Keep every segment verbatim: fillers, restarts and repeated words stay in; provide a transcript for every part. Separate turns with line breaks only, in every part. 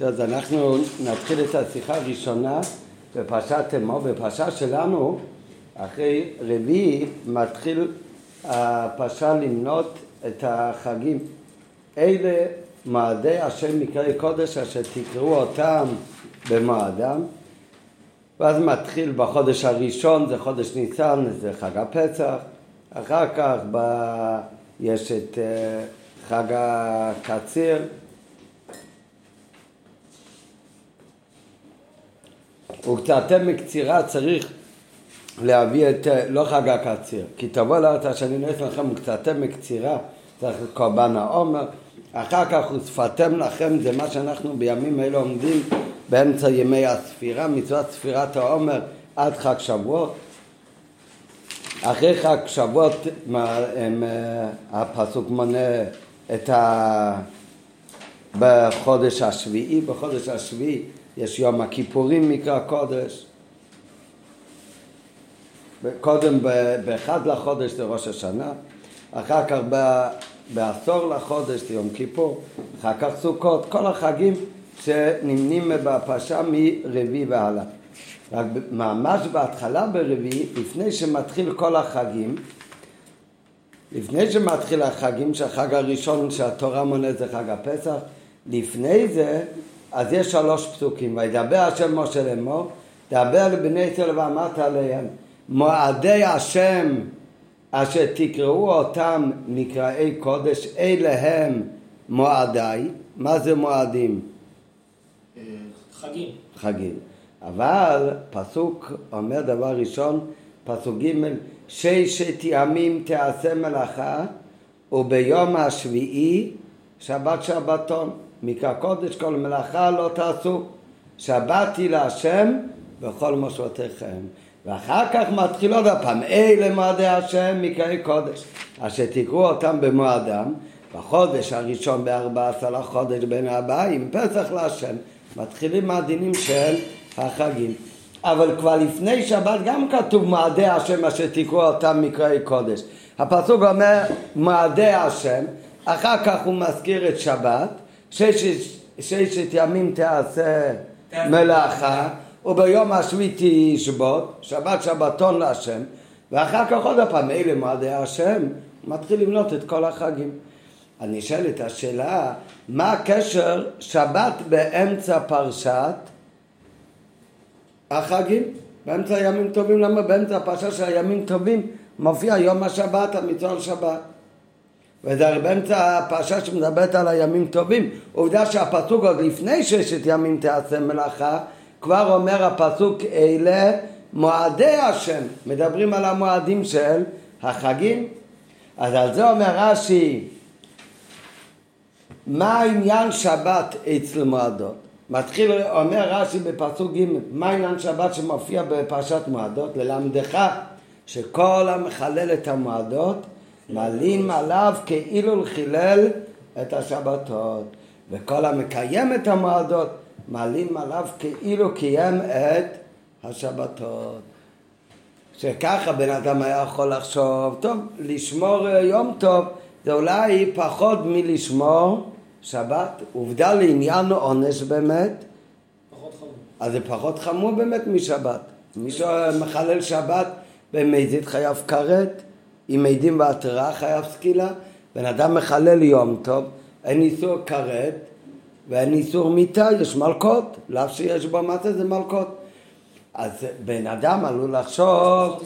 אז אנחנו נתחיל את השיחה הראשונה בפרשת אמור. בפרשה שלנו, אחרי רביעי, מתחיל הפרשה למנות את החגים. אלה מועדי השם מקראי קודש אשר תקראו אותם במועדם. ואז מתחיל בחודש הראשון, זה חודש ניסן, זה חג הפסח. אחר כך ב... יש את חג הקציר. וקצרתם מקצירה צריך להביא את, לא חג הקציר, כי תבוא לארץ שאני נועץ לכם וקצרתם מקצירה, צריך קורבן העומר. אחר כך ושפתם לכם, זה מה שאנחנו בימים האלה עומדים באמצע ימי הספירה, מצוות ספירת העומר עד חג שבועות. אחרי חג שבועות הפסוק מונה את ה... בחודש השביעי, בחודש השביעי יש יום הכיפורים מקרא קודש. קודם באחד לחודש זה ראש השנה, אחר כך בעשור לחודש זה יום כיפור, אחר כך סוכות, כל החגים שנמנים בפרשה מרביעי והלאה. רק ממש בהתחלה ברביעי, לפני שמתחיל כל החגים, לפני שמתחיל החגים, שהחג הראשון שהתורה מונה זה חג הפסח, לפני זה, אז יש שלוש פסוקים. וידבר השם משה לאמור, דבר לבני ישראל ואמרת עליהם, מועדי השם אשר תקראו אותם מקראי קודש, אלה הם מועדיי. מה זה מועדים?
חגים.
חגים. אבל פסוק אומר דבר ראשון, פסוק ג' ששת ימים תעשה מלאכה וביום השביעי שבת שבתון. מקרא קודש כל מלאכה לא תעשו, שבתי להשם בכל מושבותיכם. ואחר כך מתחיל עוד הפעם, אלה מועדי השם מקראי קודש אשר תקראו אותם במועדם בחודש הראשון בארבע עשר לחודש בין הבאים פסח להשם. מתחילים מהדינים של החגים. אבל כבר לפני שבת גם כתוב מועדי השם אשר תקראו אותם מקראי קודש. הפסוק אומר מועדי השם, אחר כך הוא מזכיר את שבת, ששת, ששת ימים תעשה מלאכה וביום השביעי תשבות, שבת שבתון להשם, ואחר כך עוד הפעם אלה מועדי השם. מתחיל למנות את כל החגים. אני שואל את השאלה, מה הקשר שבת באמצע פרשת החגים? באמצע ימים טובים, למה באמצע הפרשה של הימים טובים מופיע יום השבת, המצווה על שבת? וזה באמצע הפרשה שמדברת על הימים טובים. עובדה שהפסוק עוד לפני ששת ימים תעשה מלאכה, כבר אומר הפסוק אלה מועדי השם, מדברים על המועדים של החגים. אז על זה אומר רש"י, מה העניין שבת אצל מועדות? מתחיל, אומר רש"י בפסוק ג' מה העניין שבת שמופיע בפרשת מועדות? ללמדך שכל המחלל את המועדות מעלים עליו כאילו חילל את השבתות, וכל המקיים את המועדות מעלים עליו כאילו קיים את השבתות. שככה בן אדם היה יכול לחשוב, טוב, לשמור יום טוב זה אולי פחות מלשמור שבת. עובדה לעניין עונש באמת,
פחות חמור.
אז זה פחות חמור באמת משבת. מי שמחלל שבת במזיד חייב כרת, עם עדים והתרה חייב סקילה. בן אדם מחלל יום טוב, אין איסור כרת ואין איסור מיטה, יש מלכות, לאו שיש בו מטה זה מלכות. אז בן אדם עלול לחשוב,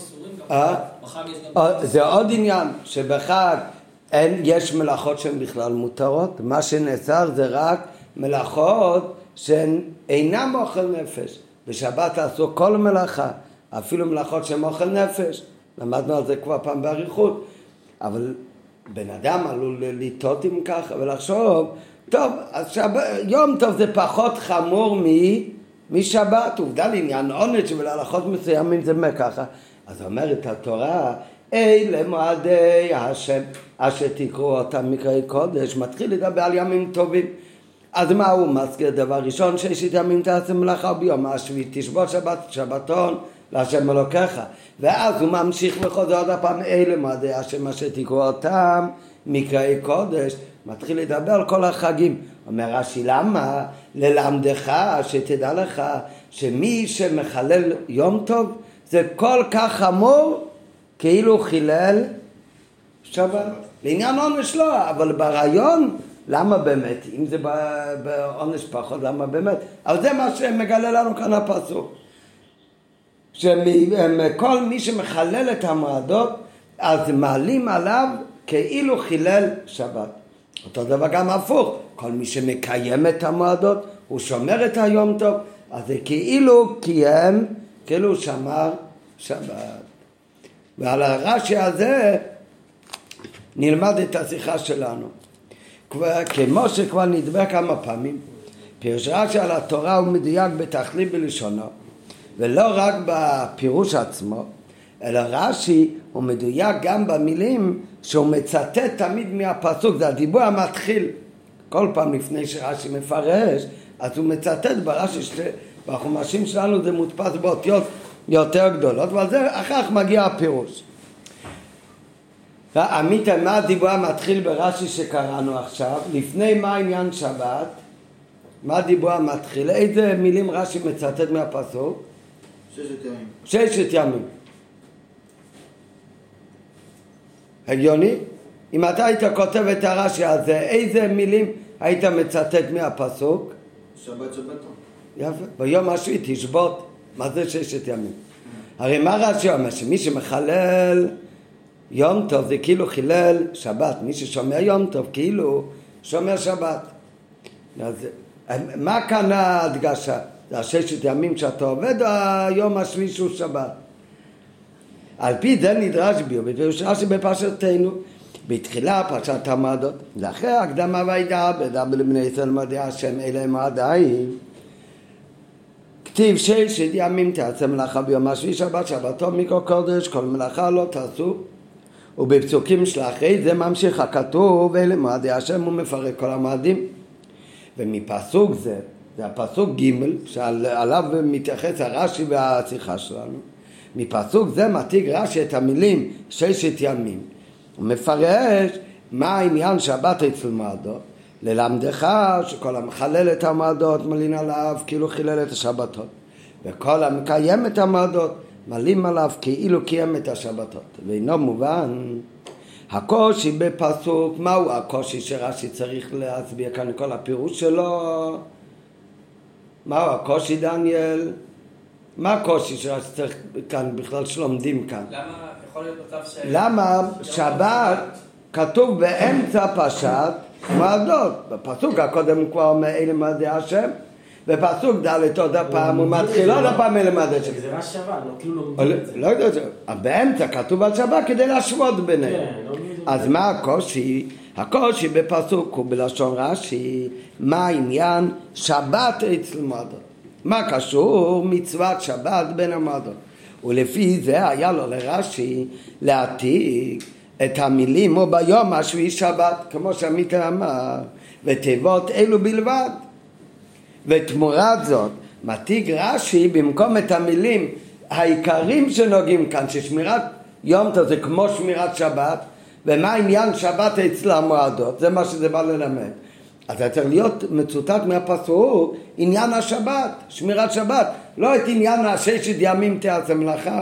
זה עוד עניין שבחג אין, יש מלאכות שהן בכלל מותרות. מה שנאסר זה רק מלאכות שהן אינם אוכל נפש. בשבת תעשו כל מלאכה, אפילו מלאכות שהן אוכל נפש. למדנו על זה כבר פעם באריכות. אבל בן אדם עלול לטעות עם כך ולחשוב, טוב, אז שבת, יום טוב זה פחות חמור מ, משבת. עובדה לעניין עונש ולהלכות מסוימים זה ככה. אז אומרת התורה, אלה מועדי השם אשר תקראו אותם מקראי קודש. מתחיל לדבר על ימים טובים. אז מה הוא מזכיר? דבר ראשון, ששת ימים תעשה מלאכה וביום השביעי תשבות שבת שבתון להשם אלוקיך. ואז הוא ממשיך וחוזר עוד הפעם, אלה מועדי השם אשר תקראו אותם מקראי קודש. מתחיל לדבר על כל החגים. אומר רש"י, למה? ללמדך, שתדע לך, שמי שמחלל יום טוב, זה כל כך חמור, כאילו חילל שבת. לעניין עונש לא, אבל ברעיון, למה באמת? אם זה בעונש פחות, למה באמת? אבל זה מה שמגלה לנו כאן הפסוק. שכל מי שמחלל את המועדות, אז מעלים עליו כאילו חילל שבת. אותו דבר גם הפוך, כל מי שמקיים את המועדות, הוא שומר את היום טוב, אז זה כאילו קיים, כאילו שמר שבת. ועל הרש"י הזה נלמד את השיחה שלנו. כמו שכבר נדבר כמה פעמים, פירוש רש"י על התורה הוא מדויק בתכלית בלשונו, ולא רק בפירוש עצמו, אלא רש"י הוא מדויק גם במילים שהוא מצטט תמיד מהפסוק, זה הדיבור המתחיל. כל פעם לפני שרש"י מפרש, אז הוא מצטט ברש"י, בחומשים שלנו זה מודפס באותיות יותר גדולות, ועל זה אחר כך מגיע הפירוש. עמית, מה הדיבור המתחיל ברש"י שקראנו עכשיו? לפני מה עניין שבת? מה הדיבור המתחיל? איזה מילים רש"י מצטט מהפסוק?
ששת ימים.
ששת ימים. הגיוני? אם אתה היית כותב את הרש"י הזה, איזה מילים היית מצטט מהפסוק?
שבת שבתון.
יפה. ביום השביעי תשבות. מה זה ששת ימים? הרי מה רש"י אומר? שמי שמחלל יום טוב זה כאילו חילל שבת. מי ששומר יום טוב כאילו שומר שבת. אז מה כאן ההדגשה? זה הששת ימים שאתה עובד, או היום השביעי שהוא שבת? על פי זה נדרש ביו, בפירוש רש"י בפרשתנו, בתחילה פרשת המועדות, לאחרי הקדמה והידעה, בדבר לבני ישראל מודיע השם אליהם עדיין, כתיב ששת ימים תעשה מלאכה ביום השביעי שבת, שבתו מכל קודש, כל מלאכה לא תעשו, ובפסוקים של אחרי זה ממשיך הכתוב, אליהם מודיע השם הוא מפרק כל המועדים, ומפסוק זה, זה הפסוק ג' שעליו מתייחס הרש"י והשיחה שלנו, מפסוק זה מתיג רש"י את המילים ששת ימים. הוא מפרש מה העניין שבת אצל מועדות, ללמדך שכל המחלל את המועדות מלין עליו כאילו חילל את השבתות, וכל המקיים את המועדות מלין עליו כאילו קיים את השבתות. ואינו מובן הקושי בפסוק, מהו הקושי שרש"י צריך להסביר כאן כל הפירוש שלו? מהו הקושי דניאל? מה הקושי שרש"י צריך כאן בכלל שלומדים כאן?
למה יכול להיות מצב ש...
למה שבת כתוב באמצע פרשת מועדות? בפסוק הקודם הוא כבר אומר אלה מועדי השם, בפסוק ד' עוד הפעם הוא מתחיל עוד הפעם אלה מועדי השם.
זה ממש שבת, לא כאילו לומדים את זה.
לא יודע, באמצע כתוב על שבת כדי להשוות ביניהם. אז מה הקושי? הקושי בפסוק הוא בלשון רש"י, מה העניין שבת אצל מועדות? מה קשור מצוות שבת בין המועדות? ולפי זה היה לו לרש"י להעתיק את המילים או ביום השביעי שבת, כמו שעמית אמר, ותיבות אלו בלבד. ותמורת זאת מתיק רש"י במקום את המילים העיקרים שנוגעים כאן, ששמירת יום טוב זה כמו שמירת שבת, ומה עניין שבת אצל המועדות? זה מה שזה בא ללמד. אז זה צריך להיות מצוטט מהפסוק עניין השבת, שמירת שבת, לא את עניין הששת ימים תעשה מלאכה.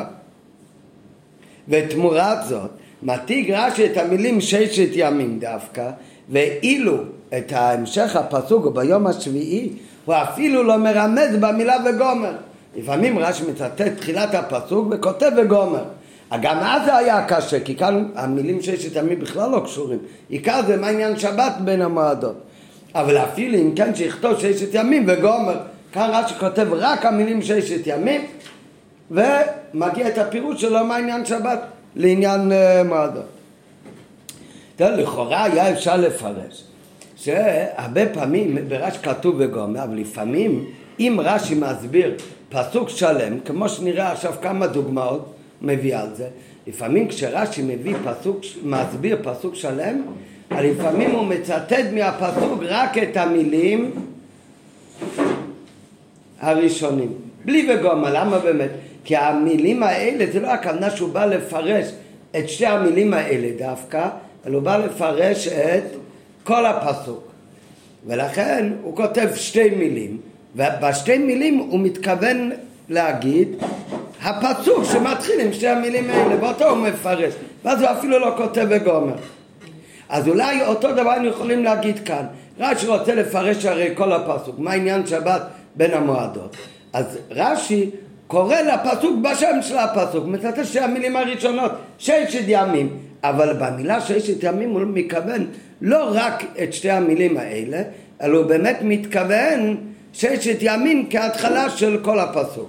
ותמורת זאת מתיג רש"י את המילים ששת ימים דווקא, ואילו את ההמשך הפסוק ביום השביעי הוא אפילו לא מרמז במילה וגומר. לפעמים רש"י מצטט תחילת הפסוק וכותב וגומר. גם אז זה היה קשה, כי כאן המילים ששת ימים בכלל לא קשורים. עיקר זה מה עניין שבת בין המועדות. אבל אפילו אם כן שיכתוב ששת ימים וגומר, כאן רש"י כותב רק המילים ששת ימים, ומגיע את הפירוש שלו מה עניין שבת לעניין uh, מועדות. לכאורה היה אפשר לפרש שהרבה פעמים ברש"י כתוב וגומר, אבל לפעמים אם רש"י מסביר פסוק שלם, כמו שנראה עכשיו כמה דוגמאות מביא על זה, לפעמים כשרש"י מביא פסוק, מסביר פסוק שלם, לפעמים הוא מצטט מהפסוק רק את המילים הראשונים, בלי וגומר. למה באמת? כי המילים האלה זה לא הכוונה שהוא בא לפרש את שתי המילים האלה דווקא, אלא הוא בא לפרש את כל הפסוק. ולכן הוא כותב שתי מילים, ובשתי מילים הוא מתכוון להגיד הפסוק שמתחיל עם שתי המילים האלה, ואותו הוא מפרש, ואז הוא אפילו לא כותב וגומר. אז אולי אותו דבר אנחנו יכולים להגיד כאן. רש"י רוצה לפרש הרי כל הפסוק, מה עניין שבת בין המועדות. אז רש"י קורא לפסוק בשם של הפסוק, מצטט שתי המילים הראשונות, ששת ימים, אבל במילה ששת ימים הוא מכוון לא רק את שתי המילים האלה, אלא הוא באמת מתכוון ששת ימים כהתחלה של כל הפסוק.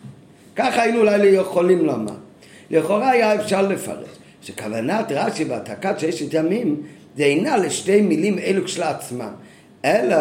ככה היינו אולי יכולים לומר. לכאורה היה אפשר לפרש שכוונת רש"י בהעתקת ששת ימים זה אינה לשתי מילים אלו כשלעצמם, אלא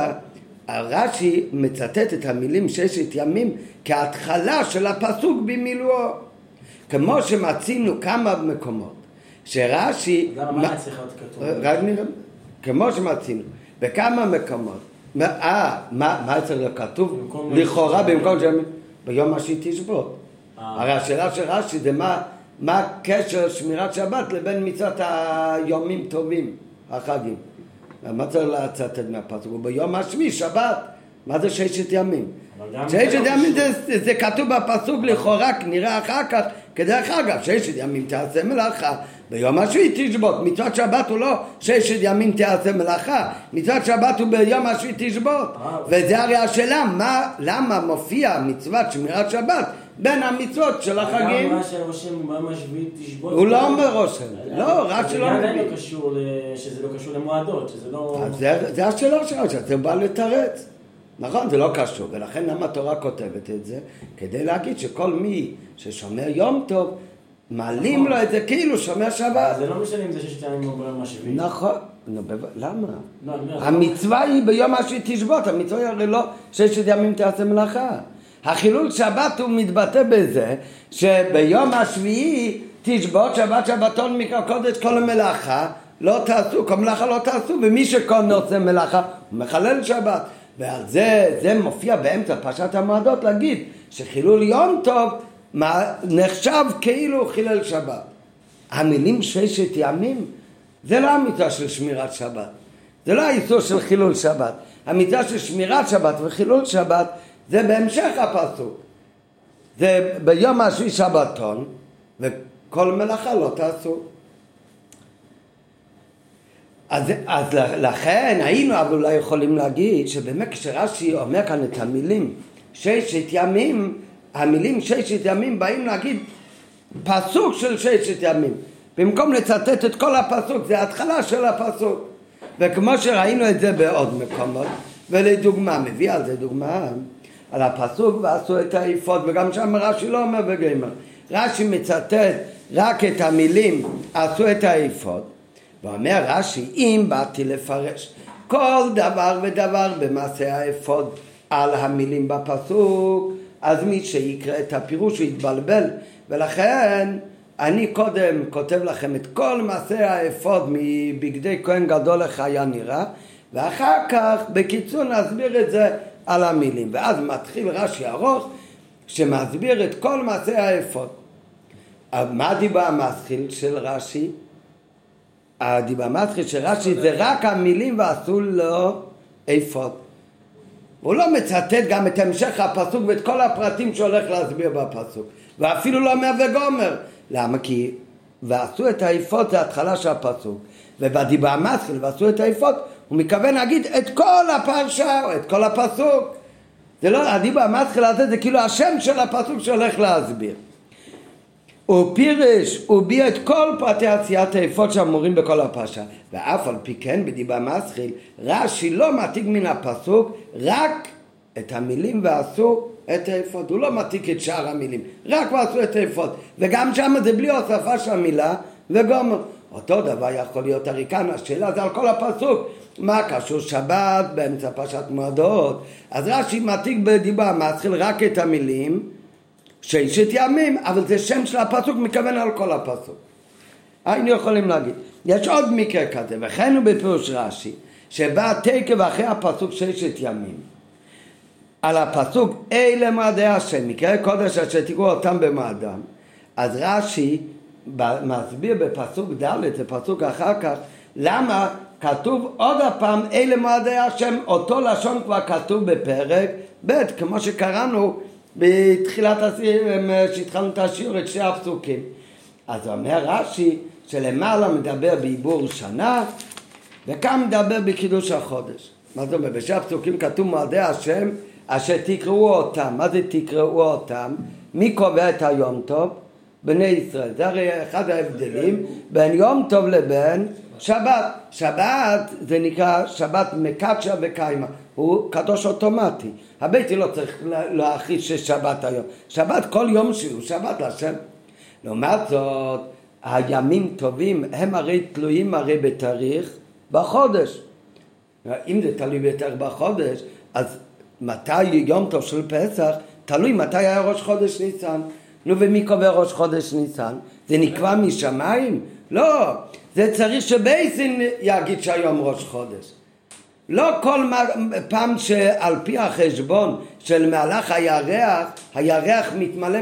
רש"י מצטט את המילים ששת ימים כהתחלה של הפסוק במילואו, כמו שמצינו כמה מקומות שרש"י
למה מה צריך להיות כתוב?
רק נראה, כמו שמצינו בכמה מקומות, אה, מה, מה צריך להיות כתוב? לכאורה במקום שהם ביום השביעי תשבות. הרי השאלה של רש"י זה מה, מה קשר שמירת שבת לבין מצוות היומים טובים, החגים. מה צריך לצטט מהפסוק? ביום השביעי שבת, מה זה ששת ימים? ששת ימים זה, זה, זה כתוב בפסוק לכאורה, נראה אחר כך, כדרך אגב, ששת ימים תעשה מלאכה, ביום השביעי תשבות. מצוות שבת הוא לא ששת ימים תעשה מלאכה, מצוות שבת הוא ביום השביעי תשבות. וזה הרי השאלה, מה, למה מופיע מצוות שמירת שבת בין המצוות של החגים?
גם מה שרושם ביום השביעי תשבות.
הוא לא אומר רושם, לא, רק שלא מבין.
שזה לא קשור למועדות, שזה לא...
זה השאלה שלו, שאתה בא לתרץ. נכון, זה לא קשור, ולכן למה התורה כותבת את זה? כדי להגיד שכל מי ששומר יום טוב, מעלים לו את זה כאילו שומר שבת.
זה לא משנה אם זה ששת ימים או ביום השביעי.
נכון, למה? המצווה היא ביום השביעי תשבות, המצווה היא הרי לא ששת ימים תעשה מלאכה. החילול שבת הוא מתבטא בזה שביום השביעי תשבות שבת שבתון מקרא קודש כל המלאכה לא תעשו, כל מלאכה לא תעשו, ומי שכל עושה מלאכה הוא מחלל שבת. ועל זה, זה מופיע באמצע פרשת המועדות להגיד שחילול יום טוב נחשב כאילו חילל שבת. המילים ששת ימים זה לא המצווה של שמירת שבת, זה לא האיסור של חילול שבת. המצווה של שמירת שבת וחילול שבת זה בהמשך הפסוק, זה ביום השביעי שבתון וכל מלאכה לא תעשו. אז, אז לכן היינו אבל אולי יכולים להגיד שבאמת כשרש"י אומר כאן את המילים ששת ימים, המילים ששת ימים באים להגיד פסוק של ששת ימים, במקום לצטט את כל הפסוק, זה ההתחלה של הפסוק. וכמו שראינו את זה בעוד מקומות, ולדוגמה, מביא על זה דוגמה על הפסוק ועשו את האיפות, וגם שם רש"י לא אומר וגמר, רש"י מצטט רק את המילים עשו את האיפות, ואומר רש"י, אם באתי לפרש כל דבר ודבר במעשה האפוד על המילים בפסוק, אז מי שיקרא את הפירוש הוא יתבלבל, ולכן אני קודם כותב לכם את כל מעשה האפוד מבגדי כהן גדול איך היה נראה, ואחר כך בקיצור נסביר את זה על המילים, ואז מתחיל רש"י ארוך שמסביר את כל מעשה האפוד. מה דיבה המתחיל של רש"י? הדיבה המתחיל של רש"י זה רק המילים ועשו לו אפוד. הוא לא מצטט גם את המשך הפסוק ואת כל הפרטים שהולך להסביר בפסוק, ואפילו לא אומר וגומר. למה? כי ועשו את האפוד זה התחלה של הפסוק, ובדיבה המתחיל ועשו את האפוד הוא מכוון להגיד את כל הפרשה או את כל הפסוק. זה לא, הדיבה המתחיל הזה זה כאילו השם של הפסוק שהולך להסביר. הוא פירש, הוא ביע את כל פרטי עשיית האפוד שאמורים בכל הפרשה, ואף על פי כן בדיבה מתחיל רש"י לא מעתיק מן הפסוק רק את המילים ועשו את האפוד, הוא לא מעתיק את שאר המילים, רק ועשו את האפוד, וגם שם זה בלי הוספה של המילה וגומר. אותו דבר יכול להיות הרי כאן, השאלה זה על כל הפסוק, מה קשור שבת באמצע פרשת מועדות? אז רש"י מעתיק בדיבה מתחיל רק את המילים ששת ימים, אבל זה שם של הפסוק מכוון על כל הפסוק. היינו יכולים להגיד, יש עוד מקרה כזה, וכן הוא בפירוש רש"י, שבא תקף אחרי הפסוק ששת ימים, על הפסוק אלה מועדי השם, מקרה קודש אשר תקראו אותם במועדם. אז רש"י מסביר בפסוק ד', זה פסוק אחר כך, למה כתוב עוד הפעם אלה מועדי השם, אותו לשון כבר כתוב בפרק ב' כמו שקראנו בתחילת השיעור, שהתחלנו את השיעור, את שני הפסוקים. אז אומר רש"י שלמעלה מדבר בעיבור שנה וכאן מדבר בקידוש החודש. מה זאת אומרת? בשני הפסוקים כתוב מועדי השם אשר תקראו אותם. מה זה תקראו אותם? מי קובע את היום טוב? בני ישראל. זה הרי אחד ההבדלים בין יום טוב לבין שבת. שבת זה נקרא שבת מקדשה וקיימה, הוא קדוש אוטומטי. הביתי לא צריך להכריז ששבת היום. שבת כל יום שהוא שבת להשם. לעומת זאת הימים טובים הם הרי תלויים הרי בתאריך בחודש. אם זה תלוי בתאריך בחודש, אז מתי יום טוב של פסח? תלוי מתי היה ראש חודש ניסן. נו, ומי קובע ראש חודש ניסן? זה נקבע משמיים? לא, זה צריך שבייסין יגיד שהיום ראש חודש. לא כל פעם שעל פי החשבון של מהלך הירח, הירח מתמלא,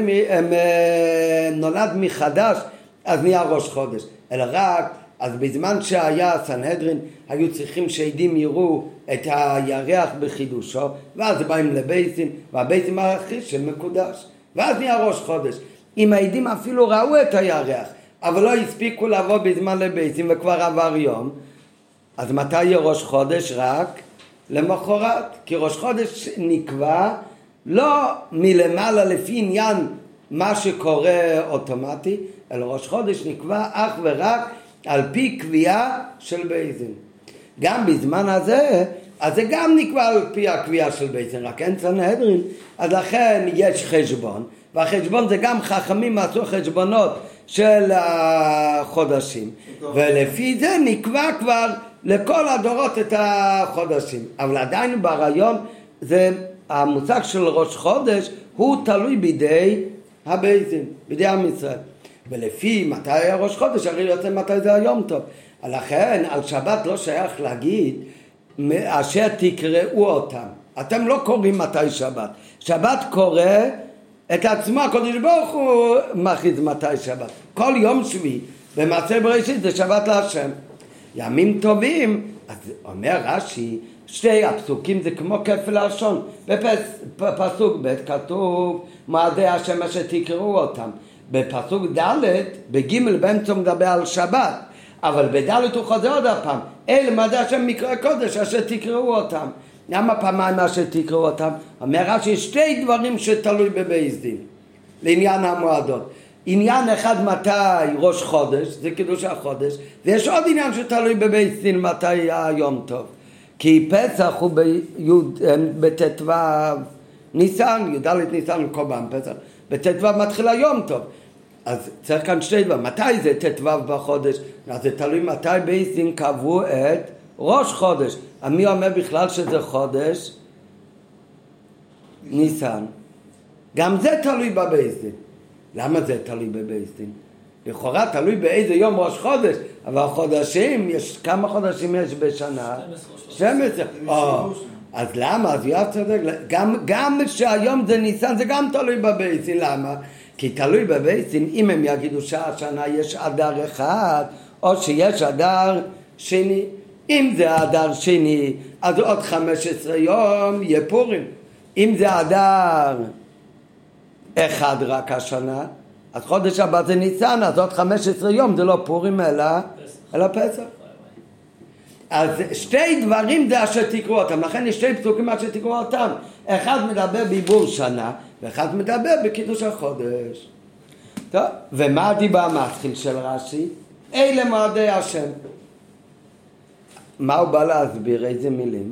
נולד מחדש, אז נהיה ראש חודש. אלא רק, אז בזמן שהיה סנהדרין, היו צריכים שעדים יראו את הירח בחידושו, ואז באים לבייסין, והבייסין מרחיש שמקודש. ואז נהיה ראש חודש. אם העדים אפילו ראו את הירח, אבל לא הספיקו לבוא בזמן לבייסין וכבר עבר יום, אז מתי יהיה ראש חודש? רק למחרת. כי ראש חודש נקבע לא מלמעלה לפי עניין מה שקורה אוטומטי, אלא ראש חודש נקבע אך ורק על פי קביעה של בייסין. גם בזמן הזה, אז זה גם נקבע על פי הקביעה של בייסין, רק אין סנהדרין, אז לכן יש חשבון, והחשבון זה גם חכמים עשו חשבונות של החודשים, ולפי זה נקבע כבר לכל הדורות את החודשים. אבל עדיין ברעיון זה המושג של ראש חודש הוא תלוי בידי הבייסין, בידי עם ישראל. ולפי מתי היה ראש חודש, הרי יוצא מתי זה היום טוב. לכן על שבת לא שייך להגיד אשר תקראו אותם. אתם לא קוראים מתי שבת. שבת קורא את עצמו, הקדוש ברוך הוא מכריז מתי שבת. כל יום שביעי במעשה בראשית זה שבת להשם. ימים טובים, אז אומר רש"י, שתי הפסוקים זה כמו כפל לשון. בפסוק ב' כתוב מועדי השם אשר תקראו אותם. בפסוק ד' בג' באמצע מדבר על שבת, אבל בד' הוא חוזר עוד הפעם, אלה מועדי השם מקרא קודש אשר תקראו אותם. למה פעמיים אשר תקראו אותם? אומר רש"י שתי דברים שתלוי בבייס דין לעניין המועדות. עניין אחד מתי ראש חודש, זה קידוש החודש, ויש עוד עניין שתלוי בבייס דין מתי היום טוב. כי פסח הוא בט"ו ניסן, י"ד ניסן קורבן פסח, בט"ו מתחיל היום טוב. אז צריך כאן שתי דברים, מתי זה ט"ו בחודש? אז זה תלוי מתי בייס דין קבעו את ראש חודש. מי אומר בכלל שזה חודש? ניסן. גם זה תלוי בבייס דין. למה זה תלוי בבייס דין? לכאורה תלוי באיזה יום ראש חודש, אבל החודשים, יש כמה חודשים יש בשנה? שתים עשרה. אז למה? אז יואב צודק. גם, גם שהיום זה ניסן זה גם תלוי בבייס דין. למה? כי תלוי בבייס דין אם הם יגידו שהשנה יש אדר אחד או שיש אדר שני. אם זה אדר שני אז עוד חמש עשרה יום יהיה פורים. אם זה אדר אחד רק השנה, אז חודש הבא זה ניסן, אז עוד חמש עשרה יום זה לא פורים אלא, אלא פסח. אז שתי דברים זה אשר תקראו אותם, לכן יש שתי פסוקים אשר תקראו אותם. אחד מדבר בעיבור שנה ואחד מדבר בקידוש החודש. טוב, ומה הדיבר המתחיל של רש"י? אלה מועדי השם. מה הוא בא להסביר? איזה מילים?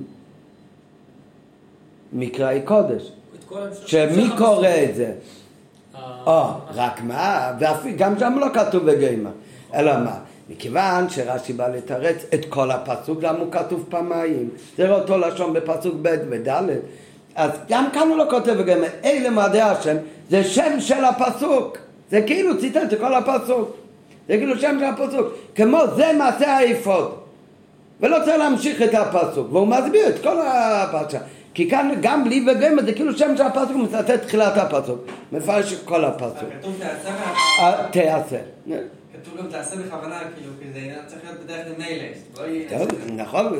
מקראי קודש. שמי קורא את זה? או, רק מה? גם שם לא כתוב בגיימה. אלא מה? מכיוון שרש"י בא לתרץ את כל הפסוק, למה הוא כתוב פעמיים? זה אותו לשון בפסוק ב' וד'. אז גם כאן הוא לא כותב בגיימה. אלה מועדי השם, זה שם של הפסוק. זה כאילו ציטט את כל הפסוק. זה כאילו שם של הפסוק. כמו זה מעשה האפוד. ולא צריך להמשיך את הפסוק. והוא מסביר את כל הפסוק. כי כאן גם בלי וגם זה כאילו שם של הפסוק הוא מצטט תחילת הפסוק. מפרש כל הפסוק.
כתוב תעשה?
תעשה.
כתוב גם תעשה בכוונה, כאילו, כי זה צריך להיות בדרך למילא.
טוב, נכון,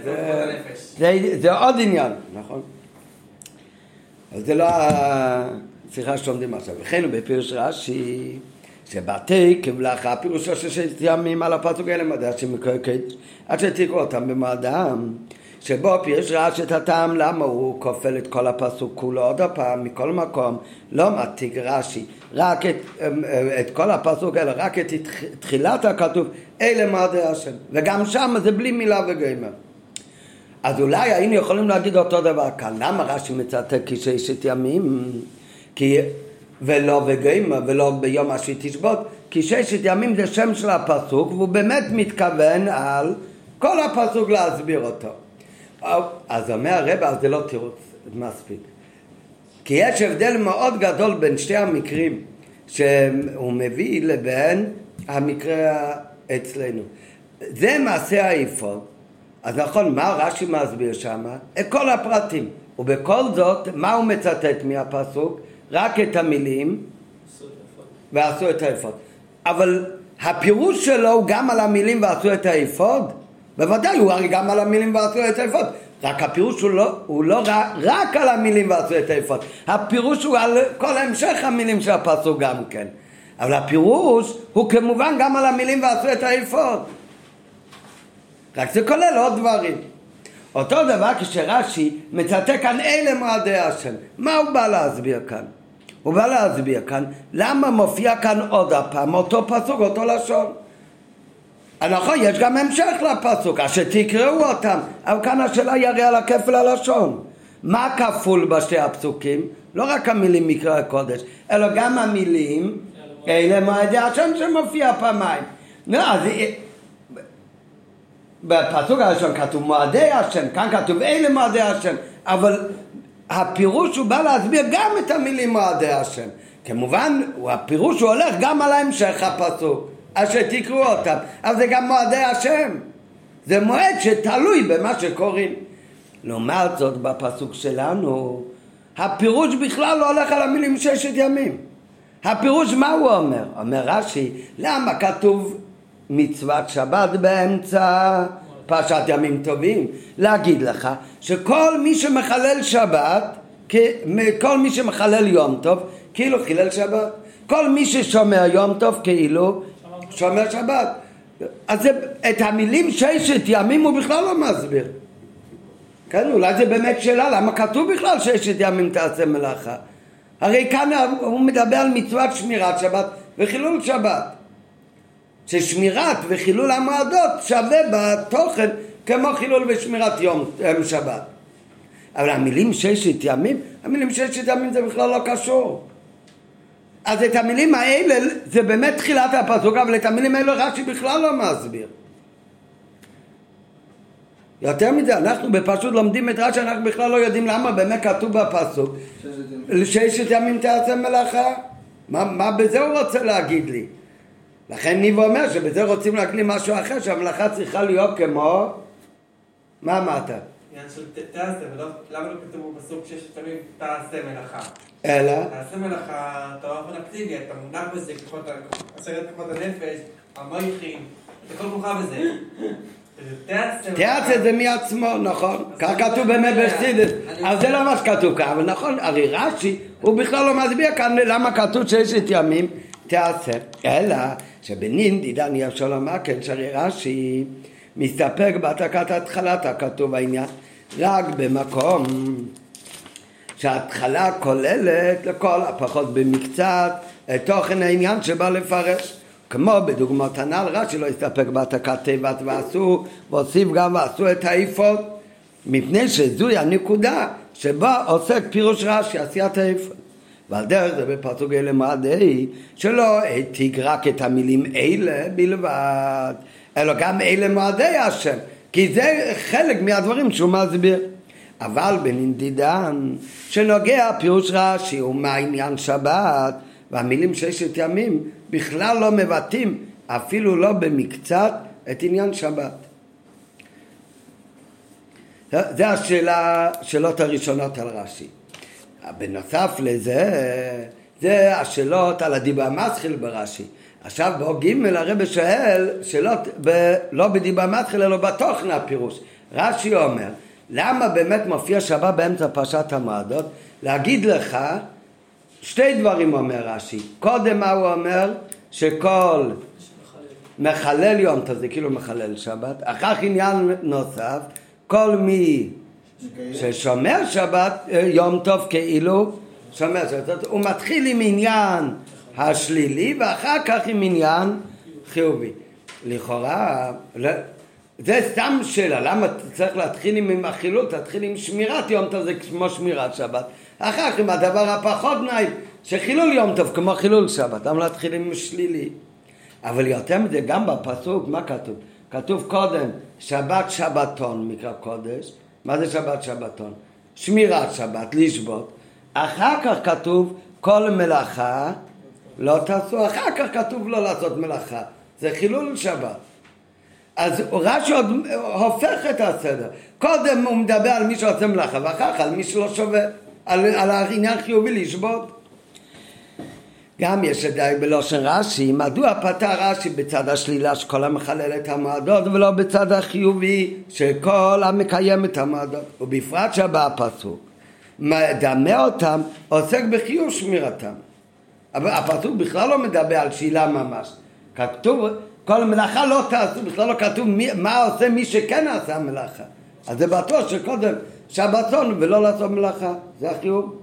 זה עוד עניין, נכון. אבל זה לא השיחה שלומדים עכשיו. וכן בפירוש רש"י, שבתי כמלאכה, פירושו של ששת ימים על הפסוק האלה מדע שמקרא קדש, עד שתקראו אותם במועדם, שבו פירוש רש"י את הטעם למה הוא כופל את כל הפסוק כולו עוד הפעם, מכל מקום, לא מעתיק רש"י, רק את, את כל הפסוק האלה, רק את תחילת הכתוב, אלה מועדי השם, וגם שם זה בלי מילה וגמר. אז אולי היינו יכולים להגיד אותו דבר כאן, למה רש"י מצטט כששת ימים? כי ולא וגמר ולא ביום אשר תשבות, כי ששת ימים זה שם של הפסוק, והוא באמת מתכוון על כל הפסוק להסביר אותו. אז אומר הרב, אז זה לא תירוץ מספיק. כי יש הבדל מאוד גדול בין שתי המקרים שהוא מביא לבין המקרה אצלנו. זה מעשה האיפות. אז נכון, מה רש"י מסביר שם? את כל הפרטים. ובכל זאת, מה הוא מצטט מהפסוק? רק את המילים ועשו את האפוד. אבל הפירוש שלו הוא גם על המילים ועשו את האפוד? בוודאי, הוא הרי גם על המילים ועשו את האפוד. רק הפירוש הוא לא, הוא לא רק, רק על המילים ועשו את האפוד. הפירוש הוא על כל המשך המילים של הפסוק גם כן. אבל הפירוש הוא כמובן גם על המילים ועשו את האפוד. רק זה כולל עוד דברים. אותו דבר כשרש"י מצטט כאן אלה מועדי השם. מה הוא בא להסביר כאן? הוא בא להסביר כאן למה מופיע כאן עוד הפעם אותו פסוק, אותו לשון. נכון, יש גם המשך לפסוק, אשר תקראו אותם, אבל כאן השאלה היא הרי על הכפל הלשון. מה כפול בשתי הפסוקים? לא רק המילים מקרא הקודש, אלא גם המילים אלה מועדי השם שמופיע פעמיים. לא, אז בפסוק הראשון כתוב מועדי השם, כאן כתוב אלה מועדי השם, אבל הפירוש הוא בא להסביר גם את המילים מועדי השם. כמובן, הפירוש הוא הולך גם על ההמשך הפסוק, אשר תקראו אותם, אבל זה גם מועדי השם. זה מועד שתלוי במה שקוראים. לעומת זאת, בפסוק שלנו, הפירוש בכלל לא הולך על המילים ששת ימים. הפירוש מה הוא אומר? אומר רש"י, למה כתוב מצוות שבת באמצע פרשת ימים טובים? להגיד לך שכל מי שמחלל שבת, כל מי שמחלל יום טוב, כאילו חילל שבת. כל מי ששומר יום טוב כאילו שומר שבת. אז זה, את המילים ששת ימים הוא בכלל לא מסביר. כן, אולי זה באמת שאלה, למה כתוב בכלל ששת ימים תעשה מלאכה? הרי כאן הוא מדבר על מצוות שמירת שבת וחילול שבת. ששמירת וחילול המועדות שווה בתוכן כמו חילול ושמירת יום שבת. אבל המילים ששת ימים, המילים ששת ימים זה בכלל לא קשור. אז את המילים האלה זה באמת תחילת הפסוק, אבל את המילים האלה רש"י בכלל לא מסביר. יותר מזה, אנחנו בפשוט לומדים את רש"י, אנחנו בכלל לא יודעים למה באמת כתוב בפסוק ששת ימים תעשה מלאכה. מה, מה בזה הוא רוצה להגיד לי? לכן ניב אומר שבזה רוצים להגיד לי משהו אחר, שהמלאכה צריכה להיות כמו... מה אמרת?
עניין של תעשה, למה לא כתוב בפסוק ששת ימים תעשה מלאכה?
אלא?
תעשה מלאכה, אתה אופן אקטיבי, אתה מונח בזה, עשרת כוחות הנפש, המויכים, אתה כל מוכר בזה.
תעשה זה מעצמו, נכון. כך כתוב באמת בחסידות. אז זה לא מה שכתוב כאן, אבל נכון, הרי רש"י הוא בכלל לא מסביר כאן למה כתוב ששת ימים תעשה. אלא שבנין דידן יהיה אפשר לומר כן, שהרי רש"י מסתפק בהעתקת התחלת הכתוב העניין רק במקום שההתחלה כוללת לכל הפחות במקצת את תוכן העניין שבא לפרש. כמו בדוגמאות הנ"ל, רש"י לא הסתפק בהעתקת תיבת ועשו, והוסיף גם ועשו את האפוד, מפני שזוהי הנקודה שבה עוסק פירוש רש"י, עשיית האפוד. ועל דרך זה בפסוק אלה מועדי, שלא העתיק רק את המילים אלה בלבד, אלא גם אלה מועדי השם, כי זה חלק מהדברים שהוא מסביר. אבל בנדידן שנוגע פירוש רש"י ומה עניין שבת, והמילים ששת ימים בכלל לא מבטאים אפילו לא במקצת את עניין שבת. זה השאלה, שאלות הראשונות על רש"י. בנוסף לזה, זה השאלות על הדיבר המסחיל ברש"י. עכשיו בו ג' הרב שואל שלא ב, לא בדיבה מתחיל אלא בתוכן הפירוש. רש"י אומר, למה באמת מופיע שבת באמצע פרשת המועדות? להגיד לך שתי דברים אומר רש"י. קודם מה הוא אומר? שכל מחלל יום טוב זה כאילו מחלל שבת. אחר כך עניין נוסף, כל מי ששומר שבת יום טוב כאילו שומר שבת. הוא מתחיל עם עניין השלילי ואחר כך עם עניין חיובי. לכאורה זה סתם שאלה, למה צריך להתחיל עם החילול? תתחיל עם שמירת יום טוב, זה כמו שמירת שבת. אחר כך עם הדבר הפחות נעים, שחילול יום טוב כמו חילול שבת, למה להתחיל עם שלילי? אבל יותר מזה, גם בפסוק, מה כתוב? כתוב קודם, שבת שבתון, מקרא קודש. מה זה שבת שבתון? שמירת שבת, לשבות. אחר כך כתוב, כל מלאכה לא תעשו, אחר כך כתוב לא לעשות מלאכה. זה חילול שבת. אז רש"י עוד הופך את הסדר. קודם הוא מדבר על מי שעושה מלאכה, ואחר כך על מי שלא שווה, על, על העניין חיובי לשבות. גם יש די בלושן רש"י, מדוע פתר רש"י בצד השלילה שכל המחלל את המועדות ולא בצד החיובי שכל המקיים את המועדות, ובפרט שבא הפסוק מדמה אותם, עוסק בחיוב שמירתם. אבל הפסוק בכלל לא מדבר על שאלה ממש, כתוב כל מלאכה לא תעשו, בכלל לא כתוב מי, מה עושה מי שכן עשה מלאכה. אז זה בטוח שקודם שבתון ולא לעשות מלאכה, זה החיוב.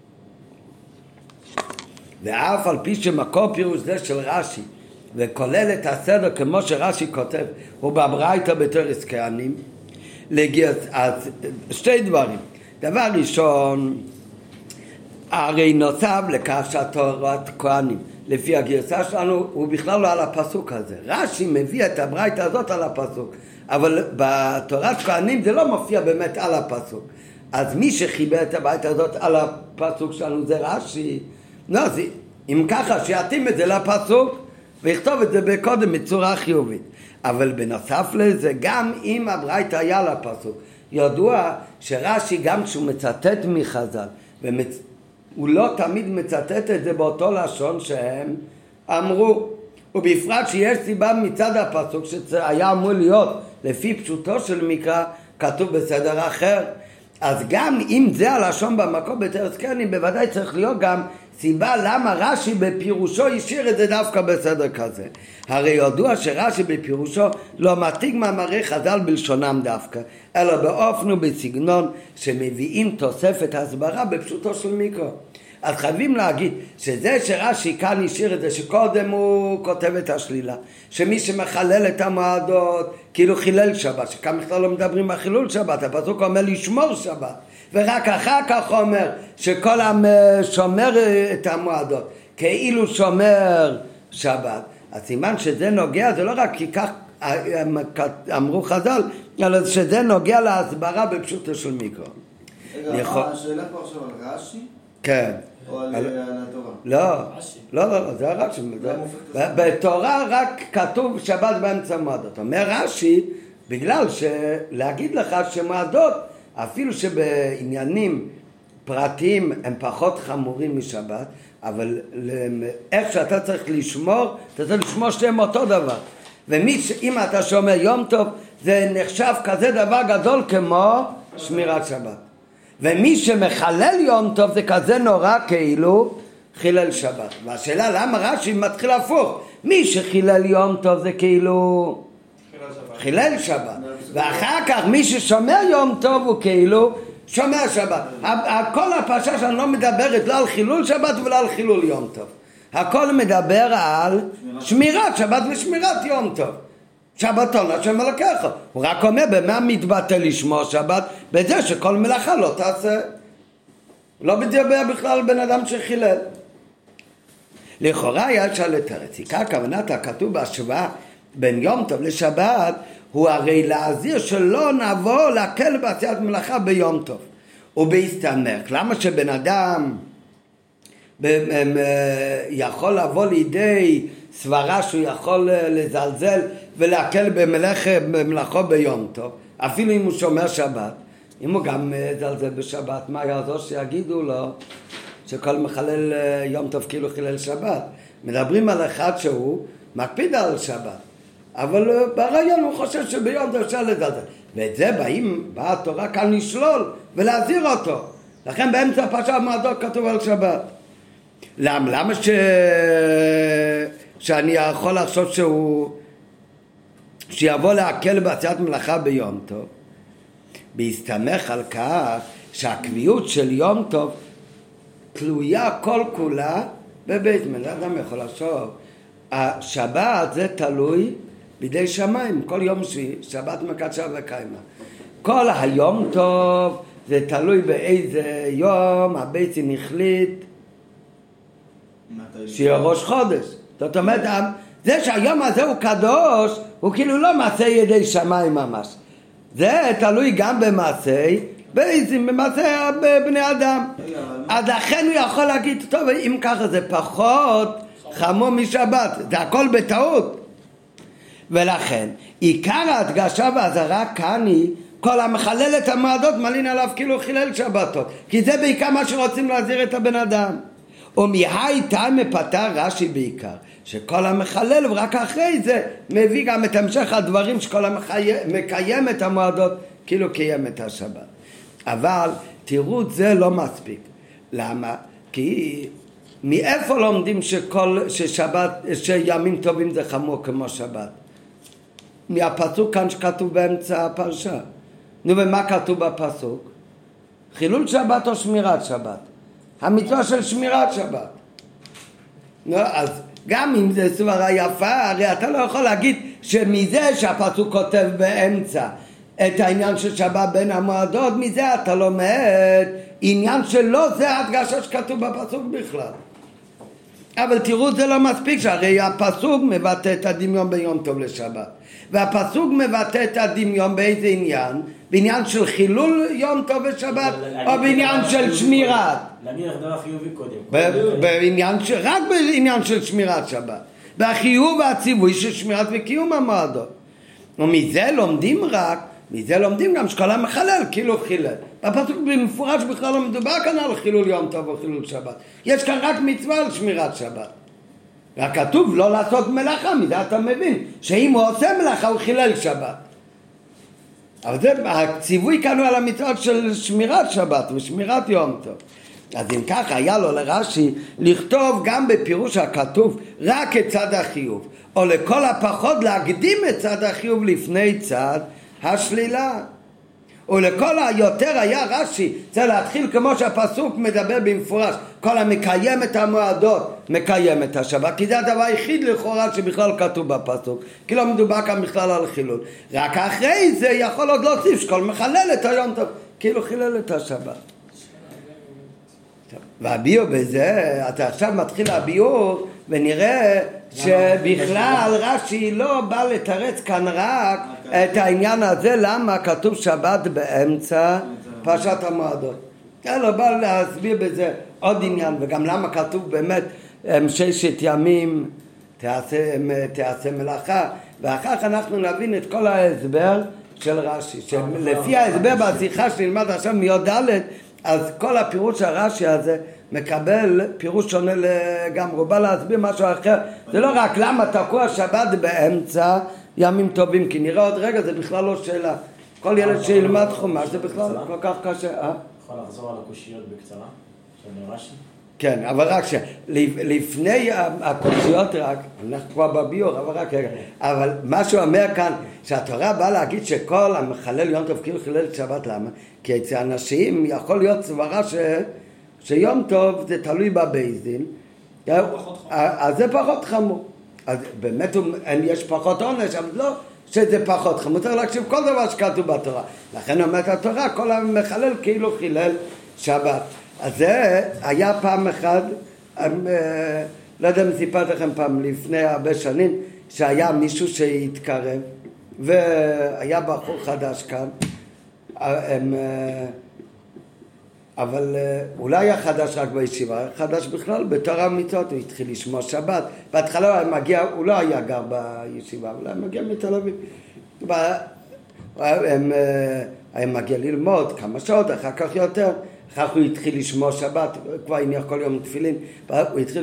ואף על פי שמקור פירוש זה של רש"י וכולל את הסדר כמו שרש"י כותב הוא בברייתא בתורת כהנים לגייס, אז שתי דברים. דבר ראשון, הרי נוסף לכך שהתורת כהנים לפי הגרסה שלנו הוא בכלל לא על הפסוק הזה. רש"י מביא את הברייתא הזאת על הפסוק, אבל בתורת כהנים זה לא מופיע באמת על הפסוק. אז מי שחיבר את הברייתא הזאת על הפסוק שלנו זה רש"י. לא, זה, אם ככה שיתאים את זה לפסוק ויכתוב את זה בקודם בצורה חיובית. אבל בנוסף לזה, גם אם הברייתא היה לפסוק, ידוע שרש"י גם כשהוא מצטט מחז"ל, ומצ... הוא לא תמיד מצטט את זה באותו לשון שהם אמרו, ובפרט שיש סיבה מצד הפסוק שהיה אמור להיות לפי פשוטו של מקרא כתוב בסדר אחר. אז גם אם זה הלשון במקום בתורת כהנים, בוודאי צריך להיות גם סיבה למה רש"י בפירושו השאיר את זה דווקא בסדר כזה. הרי ידוע שרש"י בפירושו לא מעתיק מאמרי חז"ל בלשונם דווקא, אלא באופן ובסגנון שמביאים תוספת הסברה בפשוטו של מיקרו. אז חייבים להגיד שזה שרש"י כאן השאיר את זה, שקודם הוא כותב את השלילה, שמי שמחלל את המועדות כאילו חילל שבת, שכאן בכלל לא מדברים על חילול שבת, הפסוק אומר לשמור שבת, ורק אחר כך אומר שכל השומר את המועדות כאילו שומר שבת. הסימן שזה נוגע, זה לא רק כי כך אמרו חז"ל, אלא שזה נוגע להסברה בפשוטו של מיקרו.
רגע, השאלה פה עכשיו על רש"י?
כן.
או על התורה?
לא, לא, לא, זה הרש"י. בתורה רק כתוב שבת באמצע מועדות. אומר רש"י, בגלל שלהגיד לך שמועדות, אפילו שבעניינים פרטיים הם פחות חמורים משבת, אבל איך שאתה צריך לשמור, אתה צריך לשמור שתיהם אותו דבר. ואם אתה שומר יום טוב, זה נחשב כזה דבר גדול כמו שמירת שבת. ומי שמחלל יום טוב זה כזה נורא כאילו חילל שבת. והשאלה למה רש"י מתחיל הפוך, מי שחילל יום טוב זה כאילו חילל שבת, ואחר כך מי ששומר יום טוב הוא כאילו שומר שבת. כל הפרשה שלנו לא מדברת לא על חילול שבת ולא על חילול יום טוב, הכל מדבר על שמירת שבת ושמירת יום טוב. שבתון השם אלוקיך. הוא רק אומר במה מתבטא לשמור שבת? בזה שכל מלאכה לא תעשה. לא מדבר בכלל על בן אדם שחילל. לכאורה יש על לתרץ. עיקר כוונת הכתוב בהשוואה בין יום טוב לשבת הוא הרי להזהיר שלא נבוא להקל בעשיית מלאכה ביום טוב ובהסתמך. למה שבן אדם יכול לבוא לידי סברה שהוא יכול לזלזל ולהקל במלאכו ביום טוב, אפילו אם הוא שומר שבת? אם הוא גם זלזל בשבת, מה יעזור שיגידו לו שכל מחלל יום טוב כאילו חילל שבת? מדברים על אחד שהוא מקפיד על שבת, אבל ברעיון הוא חושב שביום זה אפשר לדעת. ואת זה באים, באה התורה כאן לשלול ולהזהיר אותו. לכן באמצע פרשת מועדות כתוב על שבת. למה? למה ש... שאני יכול לחשוב שהוא... שיבוא להקל בעשיית מלאכה ביום טוב? בהסתמך על כך שהקביעות של יום טוב תלויה כל כולה בבית מלאכה. אדם יכול לחשוב, השבת זה תלוי בידי שמיים, כל יום שבת מקדשה וקיימה. כל היום טוב זה תלוי באיזה יום הבית החליט שיהיה ראש חודש. זאת אומרת, זה שהיום הזה הוא קדוש, הוא כאילו לא מעשה ידי שמיים ממש. זה תלוי גם במעשה, במעשה בני אדם. אז לכן הוא יכול להגיד, טוב, אם ככה זה פחות חמור משבת, זה הכל בטעות. ולכן, עיקר ההדגשה והזרה כאן היא, כל המחלל את המועדות מלין עליו כאילו חילל שבתות, כי זה בעיקר מה שרוצים להזהיר את הבן אדם. ומהי טעם פתר רש"י בעיקר, שכל המחלל ורק אחרי זה מביא גם את המשך הדברים שכל המקיים את המועדות כאילו קיים את השבת. אבל תראו, זה לא מספיק. למה? כי מאיפה לומדים שכל, ששבת, שימים טובים זה חמור כמו שבת? מהפסוק כאן שכתוב באמצע הפרשה. נו, ומה כתוב בפסוק? חילול שבת או שמירת שבת? המצווה של שמירת שבת. נו, אז גם אם זה סברה יפה, הרי אתה לא יכול להגיד שמזה שהפסוק כותב באמצע את העניין של שבת בין המועדות, מזה אתה לומד עניין שלא זה ההדגשה שכתוב בפסוק בכלל. אבל תראו, זה לא מספיק, שהרי הפסוק מבטא את הדמיון ביום טוב לשבת, והפסוק מבטא את הדמיון באיזה עניין? בעניין של חילול יום טוב ושבת, או בעניין של שמירת?
להגיד לך דבר חיובי קודם.
בעניין של, רק בעניין של שמירת שבת, והחיוב והציווי של שמירת וקיום המועדות. ומזה לומדים רק, מזה לומדים גם שכל המחלל כאילו חילל. בפסוק במפורש בכלל לא מדובר כאן על חילול יום טוב או חילול שבת. יש כאן רק מצווה על שמירת שבת. והכתוב לא לעשות מלאכה, מזה אתה מבין שאם הוא עושה מלאכה הוא חילל שבת. אבל זה, הציווי כאן הוא על המצוות של שמירת שבת ושמירת יום טוב. אז אם ככה היה לו לרש"י לכתוב גם בפירוש הכתוב רק את צד החיוב, או לכל הפחות להקדים את צד החיוב לפני צד השלילה. ולכל היותר היה רש"י צריך להתחיל כמו שהפסוק מדבר במפורש, כל המקיים את המועדות מקיים את השבת, כי זה הדבר היחיד לכאורה שבכלל כתוב בפסוק, כי לא מדובר כאן בכלל על חילול. רק אחרי זה יכול עוד להוסיף שכל מחלל את היום טוב כאילו חילל את השבת. והביאו בזה, אתה עכשיו מתחיל הביאור ונראה שבכלל רש"י לא בא לתרץ כאן רק את העניין הזה למה כתוב שבת באמצע פרשת המועדות. אלא בא להסביר בזה עוד עניין, וגם למה כתוב באמת ששת ימים תעשה, תעשה מלאכה, ואחר כך אנחנו נבין את כל ההסבר של רש"י, שלפי ההסבר בשיחה שנלמד עכשיו מי"ד, אז כל הפירוש של רש"י הזה מקבל פירוש שונה לגמרי, הוא בא להסביר משהו אחר. זה לא רק למה תקוע שבת באמצע ימים טובים, כי נראה עוד רגע, זה בכלל לא שאלה. כל ילד שילמד חומש זה בכלל כל כך קשה.
יכול לחזור על הקושיות בקצרה של רש"י?
כן, אבל רק שלפני הקושיות רק, אנחנו כבר בביור, אבל רק רגע, אבל מה שהוא אומר כאן, שהתורה באה להגיד שכל המחלל יום טוב כאילו חילל את שבת, למה? כי אצל אנשים יכול להיות סברה ש... שיום טוב זה תלוי בבית דין, אז זה פחות חמור. אז באמת יש פחות עונש, אבל לא שזה פחות חמור, צריך להקשיב כל דבר שכתוב בתורה. לכן אומרת התורה, כל המחלל כאילו חילל שבת. אז זה היה פעם אחד, לא יודע אם סיפרתי לכם פעם לפני הרבה שנים, שהיה מישהו שהתקרב, והיה בחור חדש כאן, הם, אבל אולי היה חדש רק בישיבה, חדש בכלל בתורה ומצוות, הוא התחיל לשמוע שבת. בהתחלה הוא מגיע, הוא לא היה גר בישיבה, אבל הוא מגיע מתל אביב. הם, הם מגיע ללמוד כמה שעות, אחר כך יותר, אחר כך הוא התחיל לשמוע שבת, כבר הניח כל יום תפילין, הוא התחיל,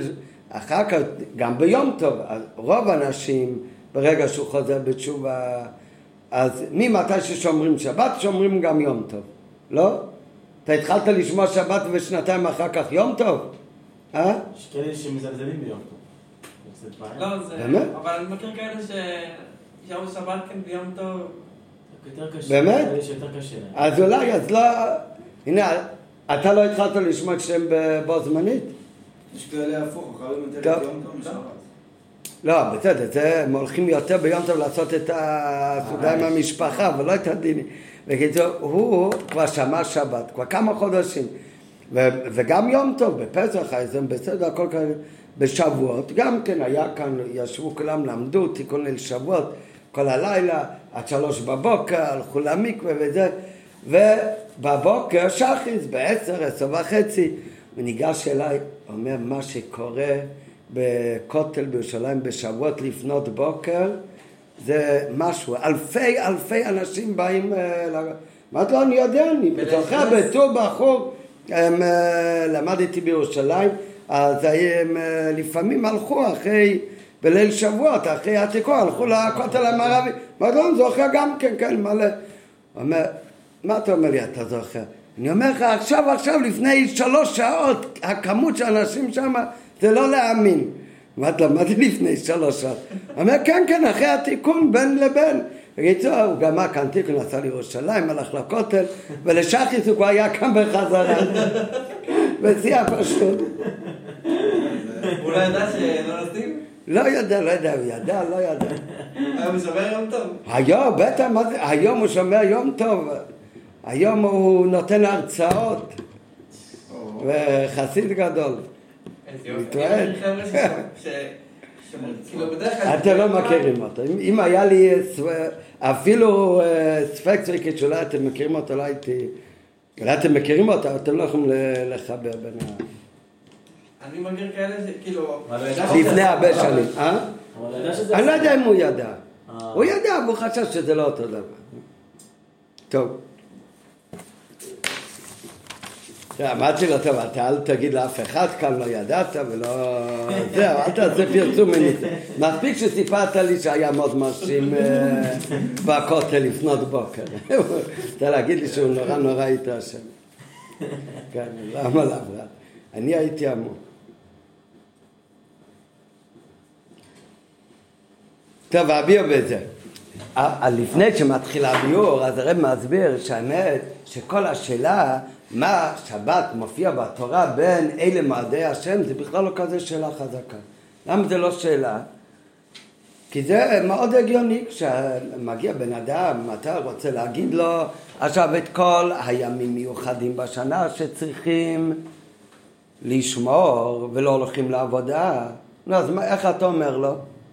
אחר כך, גם ביום טוב, רוב האנשים, ברגע שהוא חוזר בתשובה, אז ממתי ששומרים שבת, שומרים גם יום טוב, לא? אתה התחלת לשמוע שבת ושנתיים אחר כך יום טוב? אה?
יש כאלה שמזלזלים ביום טוב.
לא, זה...
באמת?
אבל אני מכיר כאלה שיום שבת כן ביום טוב...
יותר קשה.
באמת?
יש יותר קשה.
אז אולי, אז לא... הנה, אתה לא התחלת לשמוע את שם בו זמנית?
יש כאלה הפוך, חייבים יותר את יום טוב משבת.
לא, בסדר, זה, הם הולכים יותר ביום טוב לעשות את הסעודה עם המשפחה, אבל לא את הדינים. בקיצור, הוא כבר שמע שבת, כבר כמה חודשים. ו- וגם יום טוב, בפסח, אז הם בסדר, הכל כאלה, בשבועות, גם כן היה כאן, ישבו כולם, למדו, תיקון ליל שבועות, כל הלילה, עד שלוש בבוקר, הלכו למקווה וזה, ובבוקר שחיס, בעשר, עשר וחצי, הוא ניגש אליי, אומר, מה שקורה בכותל בירושלים בשבועות לפנות בוקר, זה משהו, אלפי אלפי אנשים באים, אמרתי לו, אני יודע, אני זוכר בתור בחור, הם, למדתי בירושלים, אז הם לפעמים הלכו אחרי, בליל שבועות, אחרי התיקון, הלכו לכותל המערבי, אמרתי לו, אני זוכר גם כן, כן, מלא. הוא אומר, מה אתה אומר לי, אתה זוכר? אני אומר לך, עכשיו, עכשיו, לפני שלוש שעות, הכמות של אנשים שם, זה לא להאמין. אמרתי לו, מה זה לפני שלוש שעות? הוא אומר, כן, כן, אחרי התיקון, בין לבין. בקיצור, הוא גמר כאן תיקון, נסע לירושלים, הלך לכותל, ולשחיס הוא כבר היה כאן בחזרה. ושיח פשוט.
הוא לא ידע שלא נסים?
לא ידע, לא ידע, הוא ידע, לא ידע.
היום הוא שומר יום טוב?
היום, בטח, היום הוא שומר יום טוב. היום הוא נותן הרצאות. וחסיד גדול. מתועד. אתם לא מכירים אותו. אם היה לי אפילו ספק ספקת שאולי אתם מכירים אותו, לא הייתי... אולי אתם מכירים אותו, אתם לא יכולים לחבר בין ה...
אני מכיר כאלה שכאילו...
לפני הרבה שנים, אה? אני לא יודע אם הוא ידע. הוא ידע, והוא חשב שזה לא אותו דבר. טוב. אמרתי לו, טוב, אתה אל תגיד לאף אחד כאן, לא ידעת ולא... זהו, אל תעשה פרסום מניסה. מספיק שסיפרת לי שהיה מאוד מרשים בכותל לפנות בוקר. אתה להגיד לי שהוא נורא נורא התרשם. כן, למה לעברת? אני הייתי עמוק. טוב, הביאו בזה. לפני שמתחיל הביאור, אז הרב מסביר שהאמת שכל השאלה מה שבת מופיע בתורה בין אלה מועדי השם, זה בכלל לא כזה שאלה חזקה. למה זה לא שאלה? כי זה מאוד הגיוני, כשמגיע בן אדם, אתה רוצה להגיד לו, עכשיו את כל הימים מיוחדים בשנה שצריכים לשמור ולא הולכים לעבודה, אז מה, איך אתה אומר לו?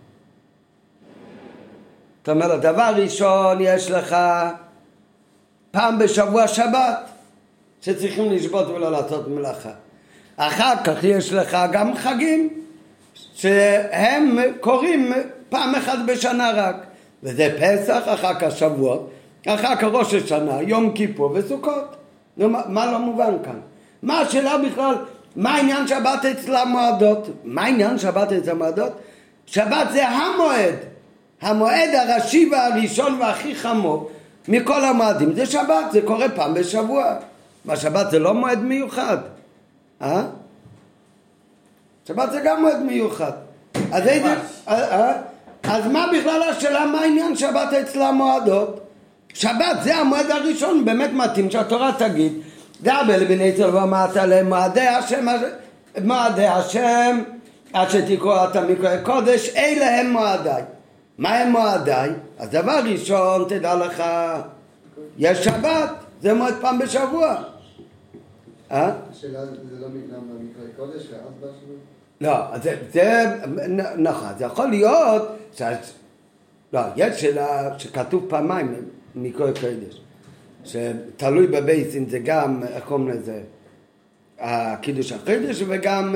אתה אומר לו, דבר ראשון יש לך פעם בשבוע שבת, שצריכים לשבות ולא לעשות מלאכה. אחר כך יש לך גם חגים, שהם קוראים פעם אחת בשנה רק. וזה פסח, אחר כך שבועות, אחר כך ראש השנה, יום כיפור וסוכות. נו, מה, מה לא מובן כאן? מה השאלה בכלל? מה העניין שבת אצל המועדות? מה העניין שבת אצל המועדות? שבת זה המועד. המועד הראשי והראשון והכי חמור מכל המועדים. זה שבת, זה קורה פעם בשבוע. מה, שבת זה לא מועד מיוחד? אה? שבת זה גם מועד מיוחד. אז, איזה, אה? אז מה בכלל השאלה, מה העניין שבת אצל המועדות? שבת זה המועד הראשון, באמת מתאים שהתורה תגיד, דאבל בני ישראל ואמרת להם מועדי השם, מועדי השם, עד שתקראו את המקרא קודש, אלה הם מועדיי. מה הם מועדיי? אז דבר ראשון, תדע לך, יש שבת, זה מועד פעם בשבוע. אה?
השאלה זה לא נגנם במקרא קודש, ואז בשבוע?
לא, זה, זה נכון, זה יכול להיות, ש... לא, יש שאלה שכתוב פעמיים מקרא קודש, שתלוי בבייסין, זה גם, איך קוראים לזה, הקידוש הקודש וגם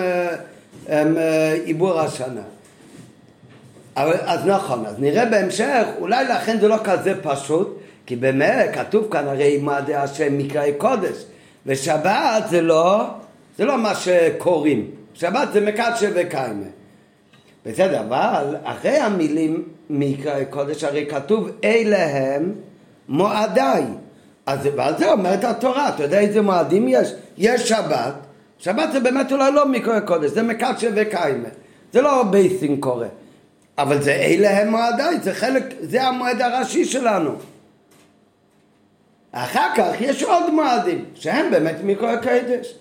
עיבור השנה. אבל, אז נכון, אז נראה בהמשך, אולי לכן זה לא כזה פשוט, כי באמת כתוב כאן הרי מועדי השם מקראי קודש, ושבת זה לא, זה לא מה שקוראים, שבת זה מקדש וקיימה. בסדר, אבל אחרי המילים מקרא קודש הרי כתוב אלה הם מועדיי. אז ועל זה אומרת התורה, אתה יודע איזה מועדים יש? יש שבת, שבת זה באמת אולי לא מקרא קודש, זה מקדש וקיימה. זה לא בייסין קורא. אבל זה אלה הם מועדיי, זה חלק, זה המועד הראשי שלנו. אחר כך יש עוד מועדים, שהם באמת מקרא קודש.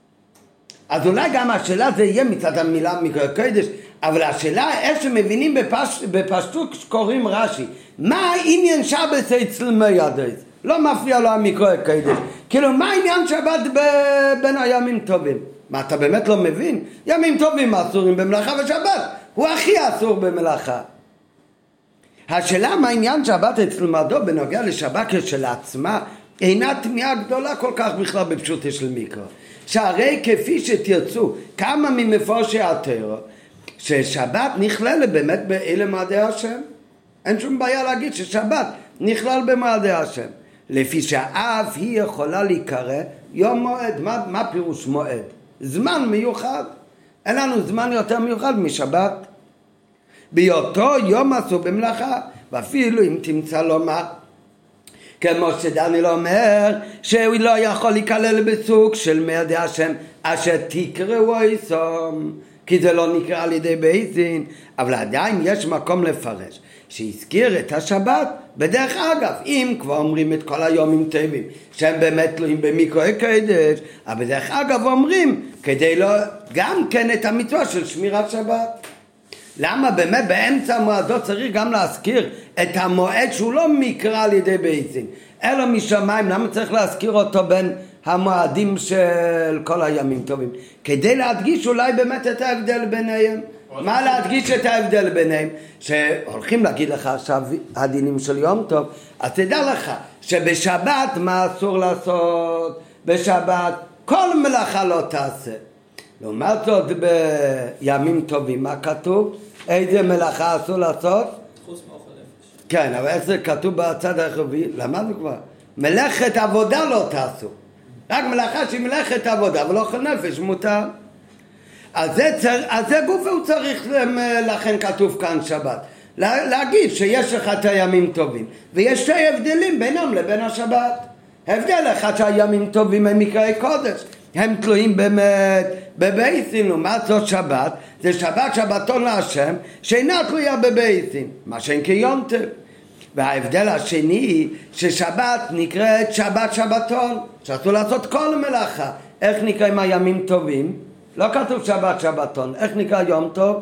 אז אולי גם השאלה זה יהיה מצד המילה מקרא קודש, אבל השאלה איך שמבינים בפש, בפשטות שקוראים רש"י, מה העניין שבת אצל מועדיי? לא מפריע לו המקרא קודש. כאילו מה העניין שבת ב- בין הימים טובים? מה אתה באמת לא מבין? ימים טובים אסורים במלאכה ושבת הוא הכי אסור במלאכה. השאלה מה העניין שבת אצל מועדו בנוגע לשבת כשלעצמה אינה תמיהה גדולה כל כך בכלל בפשוטו של מקרא. שהרי כפי שתרצו כמה ממפורשי התורה ששבת נכללת באמת באלה מועדי השם. אין שום בעיה להגיד ששבת נכלל במועדי השם. לפי שאף היא יכולה להיקרא יום מועד. מה, מה פירוש מועד? זמן מיוחד. אין לנו זמן יותר מיוחד משבת. בהיותו יום אסור במלאכה, ואפילו אם תמצא לומר, כמו שדניאל אומר, שהוא לא יכול להיכלל בסוג של מועדי השם, אשר תקראו איסום, כי זה לא נקרא על ידי בית דין, אבל עדיין יש מקום לפרש, שהזכיר את השבת, בדרך אגב, אם כבר אומרים את כל היומים טובים, שהם באמת תלויים במקרא קודש, אבל בדרך אגב אומרים, כדי לא, גם כן את המצווה של שמירת שבת. למה באמת באמצע המועדות צריך גם להזכיר את המועד שהוא לא מקרא על ידי בית דין, אלא משמיים? למה צריך להזכיר אותו בין המועדים של כל הימים טובים? כדי להדגיש אולי באמת את ההבדל ביניהם. מה להדגיש את ההבדל ביניהם? שהולכים להגיד לך עכשיו הדינים של יום טוב, אז תדע לך שבשבת מה אסור לעשות? בשבת כל מלאכה לא תעשה. לעומת זאת בימים טובים מה כתוב? איזה מלאכה אסור לעשות?
חוץ מאוכל נפש.
כן, אבל איך זה כתוב בצד הרביעי? למדנו כבר. מלאכת עבודה לא תעשו. רק מלאכה שהיא מלאכת עבודה, אבל אוכל נפש מותר. אז זה, צר, אז זה גוף הוא צריך, לכן כתוב כאן שבת. לה, להגיד שיש לך את הימים טובים, ויש שתי הבדלים בינם לבין השבת. הבדל אחד שהימים טובים הם מקראי קודש. הם תלויים באמת בבית דין, לעומת זאת שבת, זה שבת שבתון להשם, שאינה תלויה בבית דין, מה שאין כיום טוב. וההבדל השני, ששבת נקראת שבת שבתון, שאסור לעשות כל מלאכה. איך נקראים הימים טובים? לא כתוב שבת שבתון. איך נקרא יום טוב?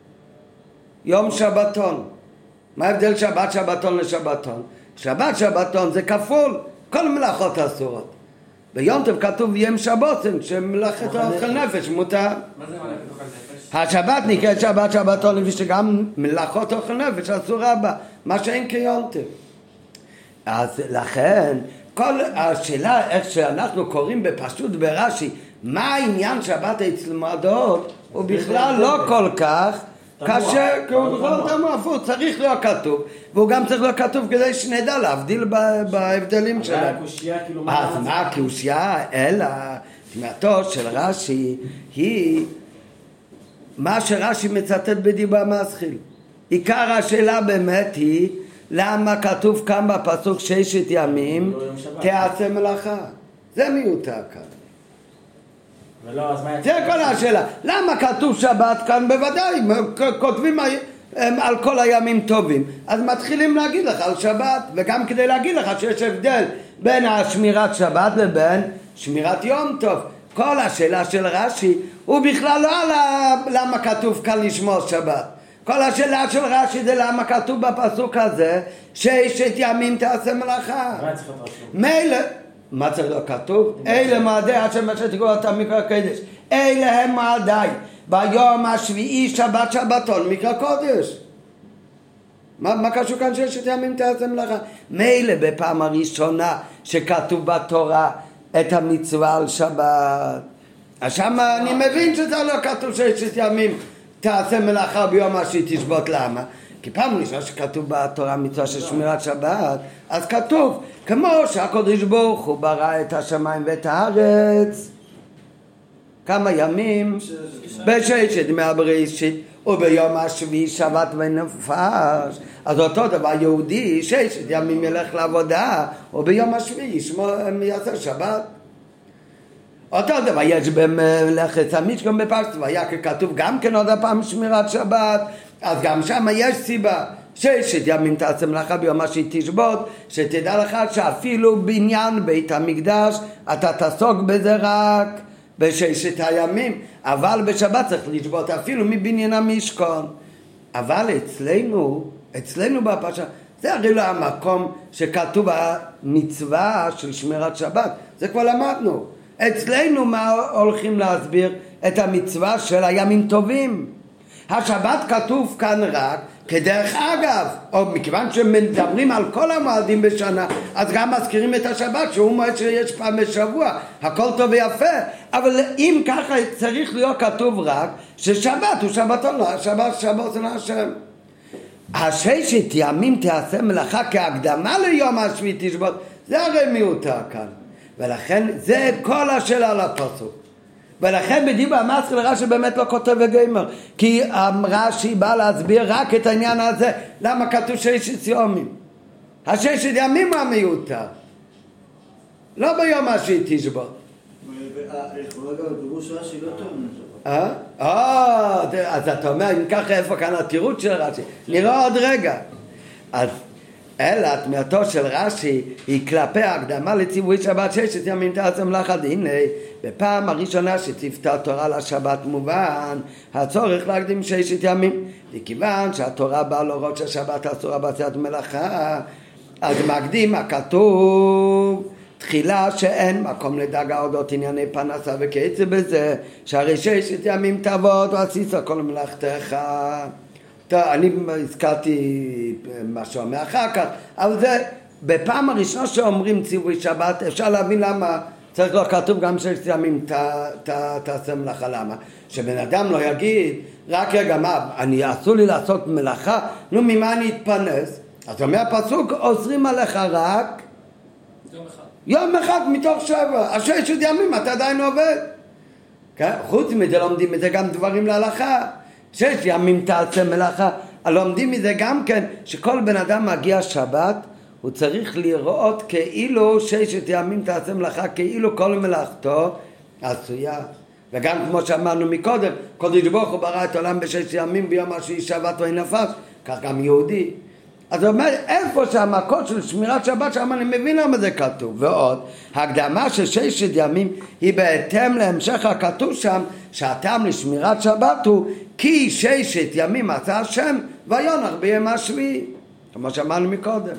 יום שבתון. מה ההבדל שבת שבתון לשבתון? שבת שבתון זה כפול, כל מלאכות אסורות. ביום טוב כתוב ים שבתון, שמלאכת אוכל נפש מותר.
מה זה מלאכת אוכל נפש?
השבת נקראת שבת שבתון, לפי שגם מלאכות אוכל נפש אסורה בה, מה שאין כיום טוב. אז לכן, כל השאלה איך שאנחנו קוראים בפשטות ברש"י, מה העניין שבת אצל מועדות, הוא בכלל לא כל כך קשה, כי הוא בכלל תמוה, הוא צריך להיות כתוב, והוא גם צריך להיות כתוב כדי שנדע להבדיל בהבדלים שלהם. אז מה הקושיה? אלא תמיהתו של רש"י היא מה שרש"י מצטט בדיבר מסחיל. עיקר השאלה באמת היא למה כתוב כאן בפסוק ששת ימים תעשה מלאכה. זה מיותר כאן.
ולא, אז מה
זה כל השאלה. למה כתוב שבת כאן? בוודאי, כותבים על כל הימים טובים. אז מתחילים להגיד לך על שבת, וגם כדי להגיד לך שיש הבדל בין השמירת שבת לבין שמירת יום טוב. כל השאלה של רש"י הוא בכלל לא על למה כתוב כאן לשמור שבת. כל השאלה של רש"י זה למה כתוב בפסוק הזה ששת ימים תעשה מלאכה.
מה צריך להיות רשום?
מילא מה צריך להיות כתוב? אלה מועדי השם אשר תקראו אותם מקרא קודש. אלה הם מועדי ביום השביעי שבת שבתון מקרא קודש. מה, מה קשור כאן ששת ימים תעשה מלאכה? מילא בפעם הראשונה שכתוב בתורה את המצווה על שבת, אז שם אני מבין שזה לא כתוב ששת ימים תעשה מלאכה ביום השביעי תשבות. למה? כי פעם ראשונה שכתוב בתורה מצווה של שמירת שבת, אז כתוב כמו שהקדוש ברוך הוא ברא את השמיים ואת הארץ, כמה ימים? בששת ימי הבראשית, וביום השביעי שבת ונפש. אז אותו דבר יהודי, ששת ימים ילך לעבודה, וביום השביעי יעשה שבת. אותו דבר יש במלאכת המשכן בפרשת ויקרא כתוב גם כן עוד הפעם שמירת שבת, אז גם שם יש סיבה. ששת ימים תעשה מלאכה ביום השביעי תשבות, שתדע לך שאפילו בניין בית המקדש אתה תעסוק בזה רק בששת הימים, אבל בשבת צריך לשבות אפילו מבניין המשכן. אבל אצלנו, אצלנו בפרשה, זה הרי לא המקום שכתוב המצווה של שמירת שבת, זה כבר למדנו. אצלנו מה הולכים להסביר? את המצווה של הימים טובים. השבת כתוב כאן רק כדרך אגב, או מכיוון שמדברים על כל המועדים בשנה, אז גם מזכירים את השבת שהוא מועד שיש פעם בשבוע, הכל טוב ויפה. אבל אם ככה צריך להיות כתוב רק ששבת הוא שבתון, שבת שבתון השם. הששת ימים תעשה מלאכה כהקדמה ליום השביעי תשבות, זה הרי מיותר כאן. ולכן זה כל השאלה על הפסוק. ולכן בדיבור המסחר רש"י באמת לא כותב וגמר, כי רש"י בא להסביר רק את העניין הזה, למה כתוב ששת ימים. הששת ימים המיותר, לא ביום השביעי תשבות.
פירוש רש"י לא טוב.
אה? אה, אז אתה אומר, אם ככה איפה כאן התירוץ של רש"י? נראה עוד רגע. אז אלא תמיהתו של רש"י היא כלפי ההקדמה לציווי שבת ששת ימים תעשה מלאכה. הנה בפעם הראשונה שציוותה התורה לשבת מובן הצורך להקדים ששת ימים, וכיוון שהתורה באה להורות שהשבת אסורה בעשיית מלאכה, אז מקדים הכתוב תחילה שאין מקום לדאגה אודות ענייני פרנסה וכיוצא בזה, שהרי ששת ימים תעבוד ועשית כל מלאכתך. טוב, אני הזכרתי משהו מאחר כך, אבל זה בפעם הראשונה שאומרים ציווי שבת, אפשר להבין למה צריך לא כתוב גם ששת ימים תעשה מלאכה. למה? שבן אדם לא יגיד רק רגע מה, אני אסור לי לעשות מלאכה, נו ממה אני אתפרנס? אז אומר הפסוק אוסרים עליך רק
יום אחד
יום אחד מתוך שבע, הששת ימים אתה עדיין עובד. כן? חוץ מזה לומדים מזה גם דברים להלכה, שש ימים תעשה מלאכה. לומדים מזה גם כן שכל בן אדם מגיע שבת הוא צריך לראות כאילו ששת ימים תעשה מלאכה, כאילו כל מלאכתו עשויה. וגם כמו שאמרנו מקודם, קודש ברוך הוא ברא את העולם בשש ימים, ביום השביעי שבת ונפש, כך גם יהודי. אז הוא אומר, איפה שהמקור של שמירת שבת, שם אני מבין למה זה כתוב. ועוד, הקדמה של ששת ימים היא בהתאם להמשך הכתוב שם, שהטעם לשמירת שבת הוא כי ששת ימים עשה השם ויונח ביום השביעי, כמו שאמרנו מקודם.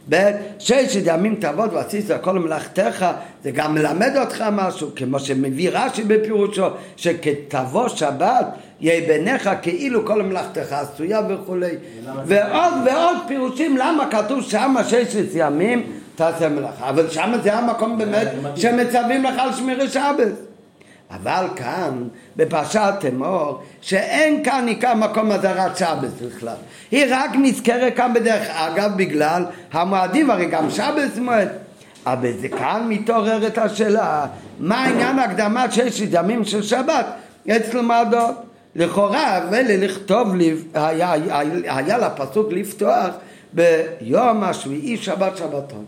בששת ימים תעבוד ועשית כל מלאכתך, זה גם מלמד אותך משהו, כמו שמביא רש"י בפירושו, שכתבוא שבת יהיה ביניך כאילו כל מלאכתך עשויה וכולי. ועוד ועוד פירושים למה כתוב שם ששת ימים תעשה מלאכה, אבל שם זה המקום באמת שמצווים לך על שמירת שבת. אבל כאן בפרשת אמור שאין כאן עיקר מקום אזהרת שבת בכלל, היא רק נזכרת כאן בדרך אגב בגלל המועדים, הרי גם שבת מועד. אבל זה כאן מתעוררת השאלה מה העניין הקדמת ששת ימים של שבת אצל מעדות. לכאורה ולכתוב היה, היה, היה לפסוק לפתוח ביום השביעי שבת שבתון.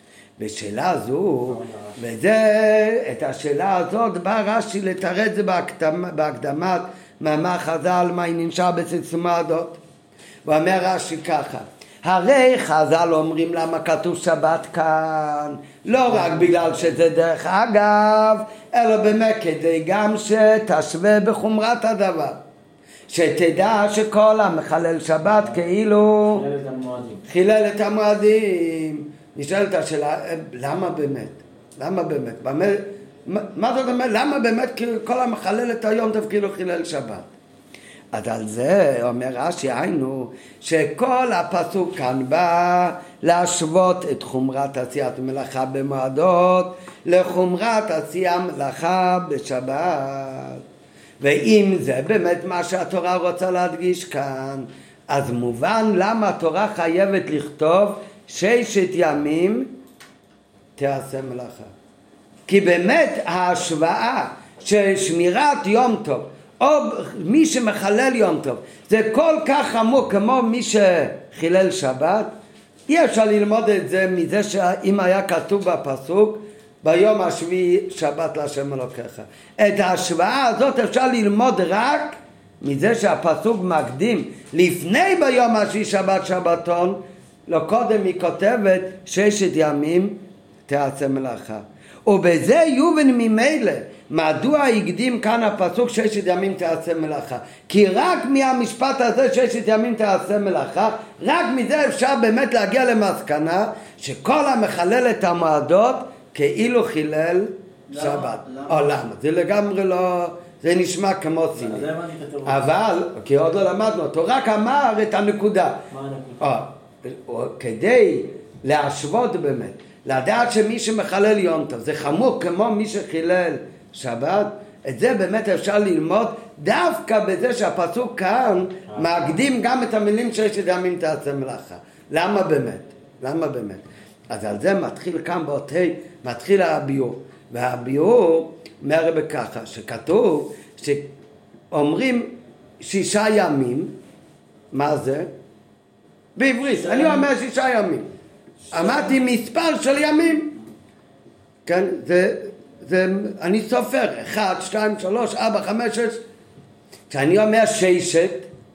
בשאלה זו, וזה, את השאלה הזאת בא רש"י לתרץ זה בהקדמת, בהקדמת מאמר חז"ל מעניין שבת אצל מעדות. ואומר רש"י ככה, הרי חז"ל אומרים למה כתוב שבת כאן, לא רק בגלל שזה דרך אגב, אלא באמת כדי גם שתשווה בחומרת הדבר, שתדע שכל המחלל שבת כאילו
חילל את המועדים.
חילל את המועדים. נשאלת השאלה, למה באמת? למה באמת? באמת מה, מה זאת אומרת? למה באמת כל המחלל את היום טוב כאילו חילל שבת? אז על זה אומר רש"י, היינו שכל הפסוק כאן בא להשוות את חומרת עשיית מלאכה במועדות לחומרת עשיית מלאכה בשבת. ואם זה באמת מה שהתורה רוצה להדגיש כאן, אז מובן למה התורה חייבת לכתוב ששת ימים תעשה מלאכה. כי באמת ההשוואה ששמירת יום טוב או מי שמחלל יום טוב זה כל כך חמור כמו מי שחילל שבת, אי אפשר ללמוד את זה מזה שאם היה כתוב בפסוק ביום השביעי שבת להשם אלוקיך. את ההשוואה הזאת אפשר ללמוד רק מזה שהפסוק מקדים לפני ביום השביעי שבת שבתון, לא קודם היא כותבת ששת ימים תעשה מלאכה. ובזה יובן ממילא מדוע הקדים כאן הפסוק ששת ימים תעשה מלאכה, כי רק מהמשפט הזה ששת ימים תעשה מלאכה, רק מזה אפשר באמת להגיע למסקנה שכל המחלל את המועדות כאילו חילל שבת. או למה? זה לגמרי לא, זה נשמע כמו סיני. אבל, כי עוד לא למדנו אותו, רק אמר את הנקודה.
מה הנקודה?
כדי להשוות באמת, לדעת שמי שמחלל יום טוב זה חמור כמו מי שחילל שבת, את זה באמת אפשר ללמוד דווקא בזה שהפסוק כאן מקדים גם את המילים ששת ימים תעשה מלאכה. למה באמת? למה באמת? אז על זה מתחיל כאן באותי, מתחיל הביור. והביור אומר בככה, שכתוב שאומרים שישה ימים, מה זה? בעברית, אני אומר שישה ימים. אמרתי מספר של ימים. כן, זה, זה, אני סופר, אחד, שתיים, שלוש, ארבע, חמש, שש. כשאני אומר ששת,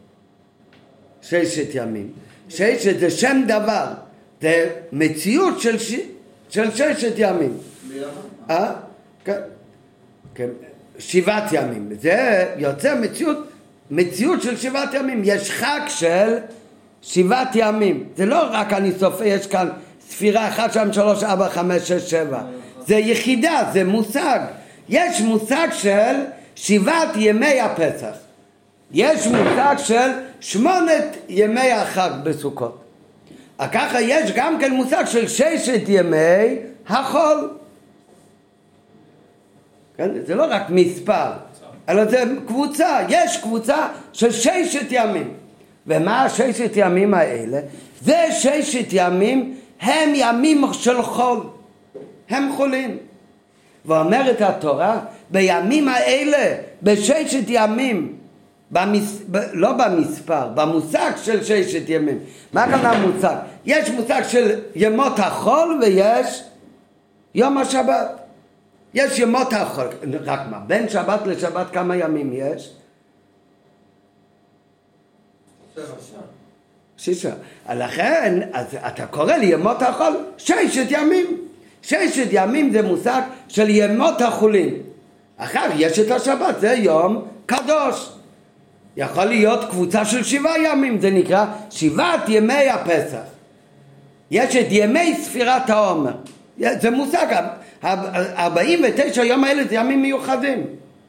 ששת ימים. ששת זה שם דבר. זה מציאות של, ש... של ששת ימים. אה? כן. כן. שבעת ימים. זה יוצא מציאות, מציאות של שבעת ימים. יש חג של שבעת ימים. זה לא רק אני סופר, יש כאן ספירה אחת, שתיים, שלוש, ארבע, חמש, שש, שבע. זה יחידה, זה מושג. יש מושג של שבעת ימי הפסח. יש מושג של שמונת ימי החג בסוכות. ככה יש גם כן מושג של ששת ימי החול. כן? זה לא רק מספר, אלא זה קבוצה. יש קבוצה של ששת ימים. ומה הששת ימים האלה? זה ששת ימים הם ימים של חול. הם חולים. ואומרת התורה, בימים האלה, בששת ימים, במס... ב... לא במספר, במושג של ששת ימים. מה כאן המושג? יש מושג של ימות החול ויש יום השבת. יש ימות החול, רק מה? בין שבת לשבת כמה ימים יש? שישה. לכן, אז אתה קורא לי ימות החול ששת ימים. ששת ימים זה מושג של ימות החולים. אחר יש את השבת, זה יום קדוש. יכול להיות קבוצה של שבעה ימים, זה נקרא שבעת ימי הפסח. יש את ימי ספירת העומר. זה מושג, ארבעים ותשע יום האלה זה ימים מיוחדים.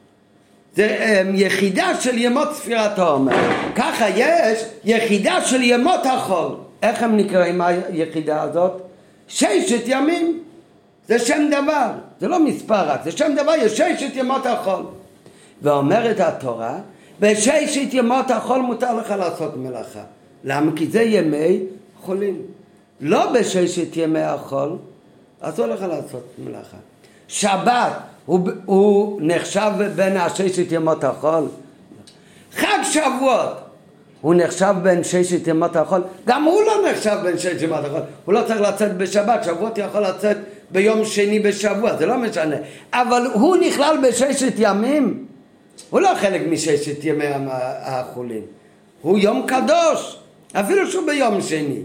זה יחידה של ימות ספירת העומר. ככה יש יחידה של ימות החול. איך הם נקראים היחידה הזאת? ששת ימים. זה שם דבר, זה לא מספר רק, זה שם דבר, יש ששת ימות החול. ואומרת התורה, בששת ימות החול מותר לך לעשות מלאכה. למה? כי זה ימי חולים. לא בששת ימי החול, אסור לך לעשות מלאכה. שבת הוא, הוא נחשב בין הששת ימות החול. חג שבועות הוא נחשב בין ששת ימות החול. גם הוא לא נחשב בין ששת ימות החול. הוא לא צריך לצאת בשבת, שבועות יכול לצאת ביום שני בשבוע, זה לא משנה. אבל הוא נכלל בששת ימים. הוא לא חלק מששת ימי החולים. הוא יום קדוש, אפילו שהוא ביום שני.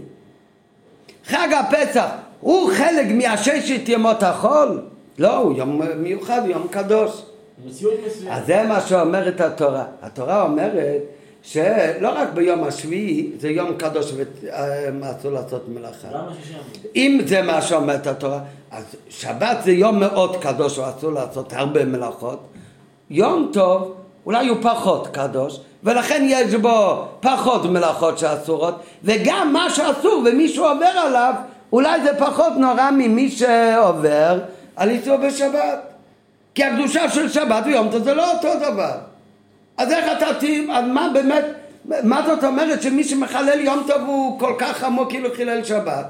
חג הפסח הוא חלק מהששת ימות החול? לא, הוא יום מיוחד, יום קדוש. אז זה מה שאומרת התורה. התורה אומרת שלא רק ביום השביעי זה יום קדוש ואסור לעשות מלאכה. אם זה מה שאומרת התורה, אז שבת זה יום מאוד קדוש ואסור לעשות הרבה מלאכות. יום טוב אולי הוא פחות קדוש, ולכן יש בו פחות מלאכות שאסורות, וגם מה שאסור ומישהו עובר עליו, אולי זה פחות נורא ממי שעובר על איסור בשבת. כי הקדושה של שבת ויום טוב זה לא אותו דבר. אז איך אתה תהיה, אז מה באמת, מה זאת אומרת שמי שמחלל יום טוב הוא כל כך חמור כאילו חילל שבת?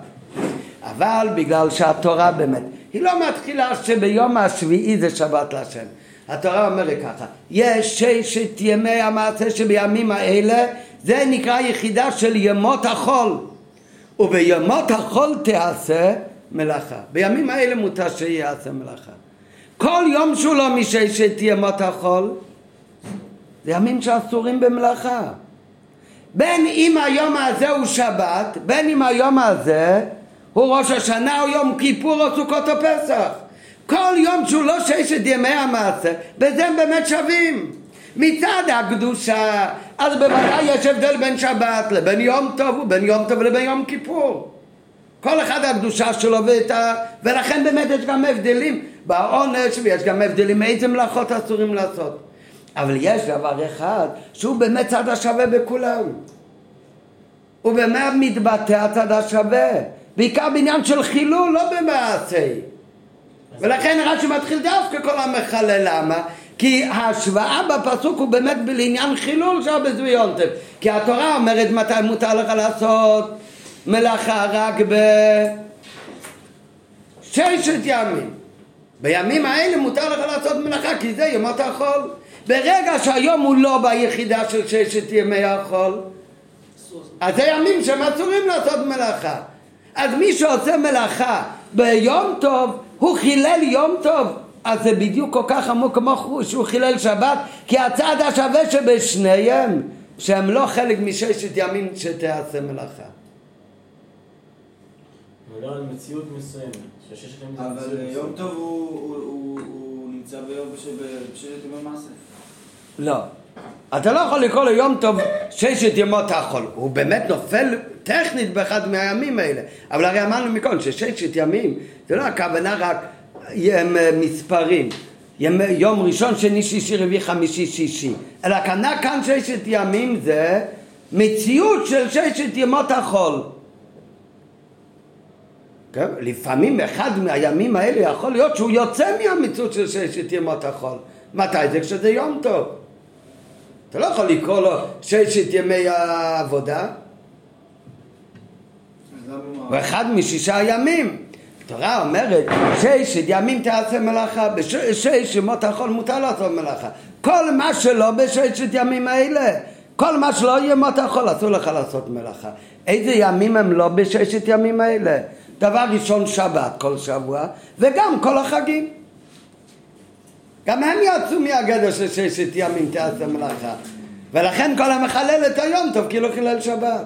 אבל בגלל שהתורה באמת, היא לא מתחילה שביום השביעי זה שבת להשם. התורה אומרת ככה, יש ששת ימי המעשה שבימים האלה, זה נקרא יחידה של ימות החול, ובימות החול תעשה מלאכה. בימים האלה מותר שיעשה מלאכה. כל יום שהוא לא מששת ימות החול, זה ימים שאסורים במלאכה. בין אם היום הזה הוא שבת, בין אם היום הזה הוא ראש השנה או יום כיפור או סוכות או פסח. כל יום שהוא לא ששת ימי המעשה, בזה הם באמת שווים. מצד הקדושה, אז בוודאי יש הבדל בין שבת לבין יום טוב ובין יום טוב לבין יום כיפור. כל אחד הקדושה שלו ואתה, ולכן באמת יש גם הבדלים בעונש, ויש גם הבדלים איזה מלאכות אסורים לעשות. אבל יש דבר אחד שהוא באמת צד השווה בכולם. הוא באמת מתבטא הצד השווה, בעיקר בעניין של חילול, לא במעשה. ולכן רש"י מתחיל דווקא כל המחלל. למה? כי ההשוואה בפסוק הוא באמת בעניין חילול שם בזוי יום טוב. כי התורה אומרת מתי מותר לך לעשות מלאכה רק בששת ימים. בימים האלה מותר לך לעשות מלאכה כי זה ימות החול. ברגע שהיום הוא לא ביחידה של ששת ימי החול, אז זה ימים שהם אסורים לעשות מלאכה. אז מי שעושה מלאכה ביום טוב, הוא חילל יום טוב. אז זה בדיוק כל כך עמוק כמו שהוא חילל שבת, כי הצד השווה שבשניהם, שהם לא חלק מששת ימים שתעשה מלאכה.
ולא על מציאות מסוימת.
אבל יום טוב הוא נמצא ביום בששת ימי מעשה.
לא. אתה לא יכול לקרוא לו יום טוב ששת ימות החול. הוא באמת נופל טכנית באחד מהימים האלה. אבל הרי אמרנו מכל שששת ימים, זה לא הכוונה רק מספרים. יום ראשון, שני, שישי, רביעי, חמישי, שישי. אלא הכוונה כאן ששת ימים זה מציאות של ששת ימות החול. כן? לפעמים אחד מהימים האלה יכול להיות שהוא יוצא מהמציאות של ששת ימות החול. מתי זה? כשזה יום טוב. אתה לא יכול לקרוא לו ששת ימי העבודה. הוא אחד משישה ימים. התורה אומרת ששת ימים תעשה מלאכה, בשש ימות החול מותר לעשות מלאכה. כל מה שלא בששת ימים האלה, כל מה שלא ימות החול אסור לך לעשות מלאכה. איזה ימים הם לא בששת ימים האלה? דבר ראשון שבת כל שבוע, וגם כל החגים. גם הם יצאו מהגדר של ששת ימים תעשה מלאכה. ולכן כל המחלל את היום טוב כאילו חילל שבת.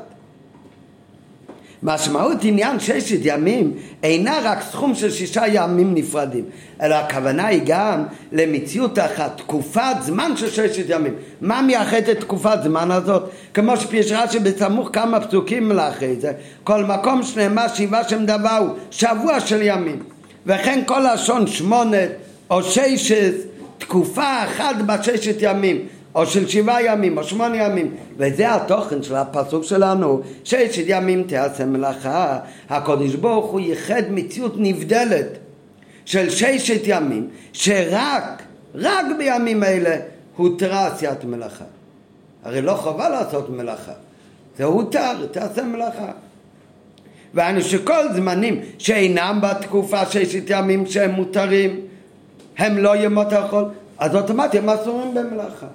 משמעות עניין ששת ימים אינה רק סכום של שישה ימים נפרדים, אלא הכוונה היא גם למציאות אחת, תקופת זמן של ששת ימים. מה מייחד את תקופת זמן הזאת? כמו שפישרה שבסמוך כמה פסוקים לאחרי זה, כל מקום שנאמר שבעה שם דבר הוא שבוע של ימים, וכן כל לשון שמונה או ששת, תקופה אחת בששת ימים, או של שבעה ימים, או שמונה ימים. וזה התוכן של הפסוק שלנו, ששת ימים תעשה מלאכה. הקדוש ברוך הוא ייחד מציאות נבדלת של ששת ימים, שרק, רק בימים האלה הותרה עשיית מלאכה. הרי לא חובה לעשות מלאכה, זה הותר, תעשה מלאכה. ואני שכל זמנים שאינם בתקופה ששת ימים שהם מותרים, הם לא ימות החול, אז אוטומטית הם אסורים במלאכה.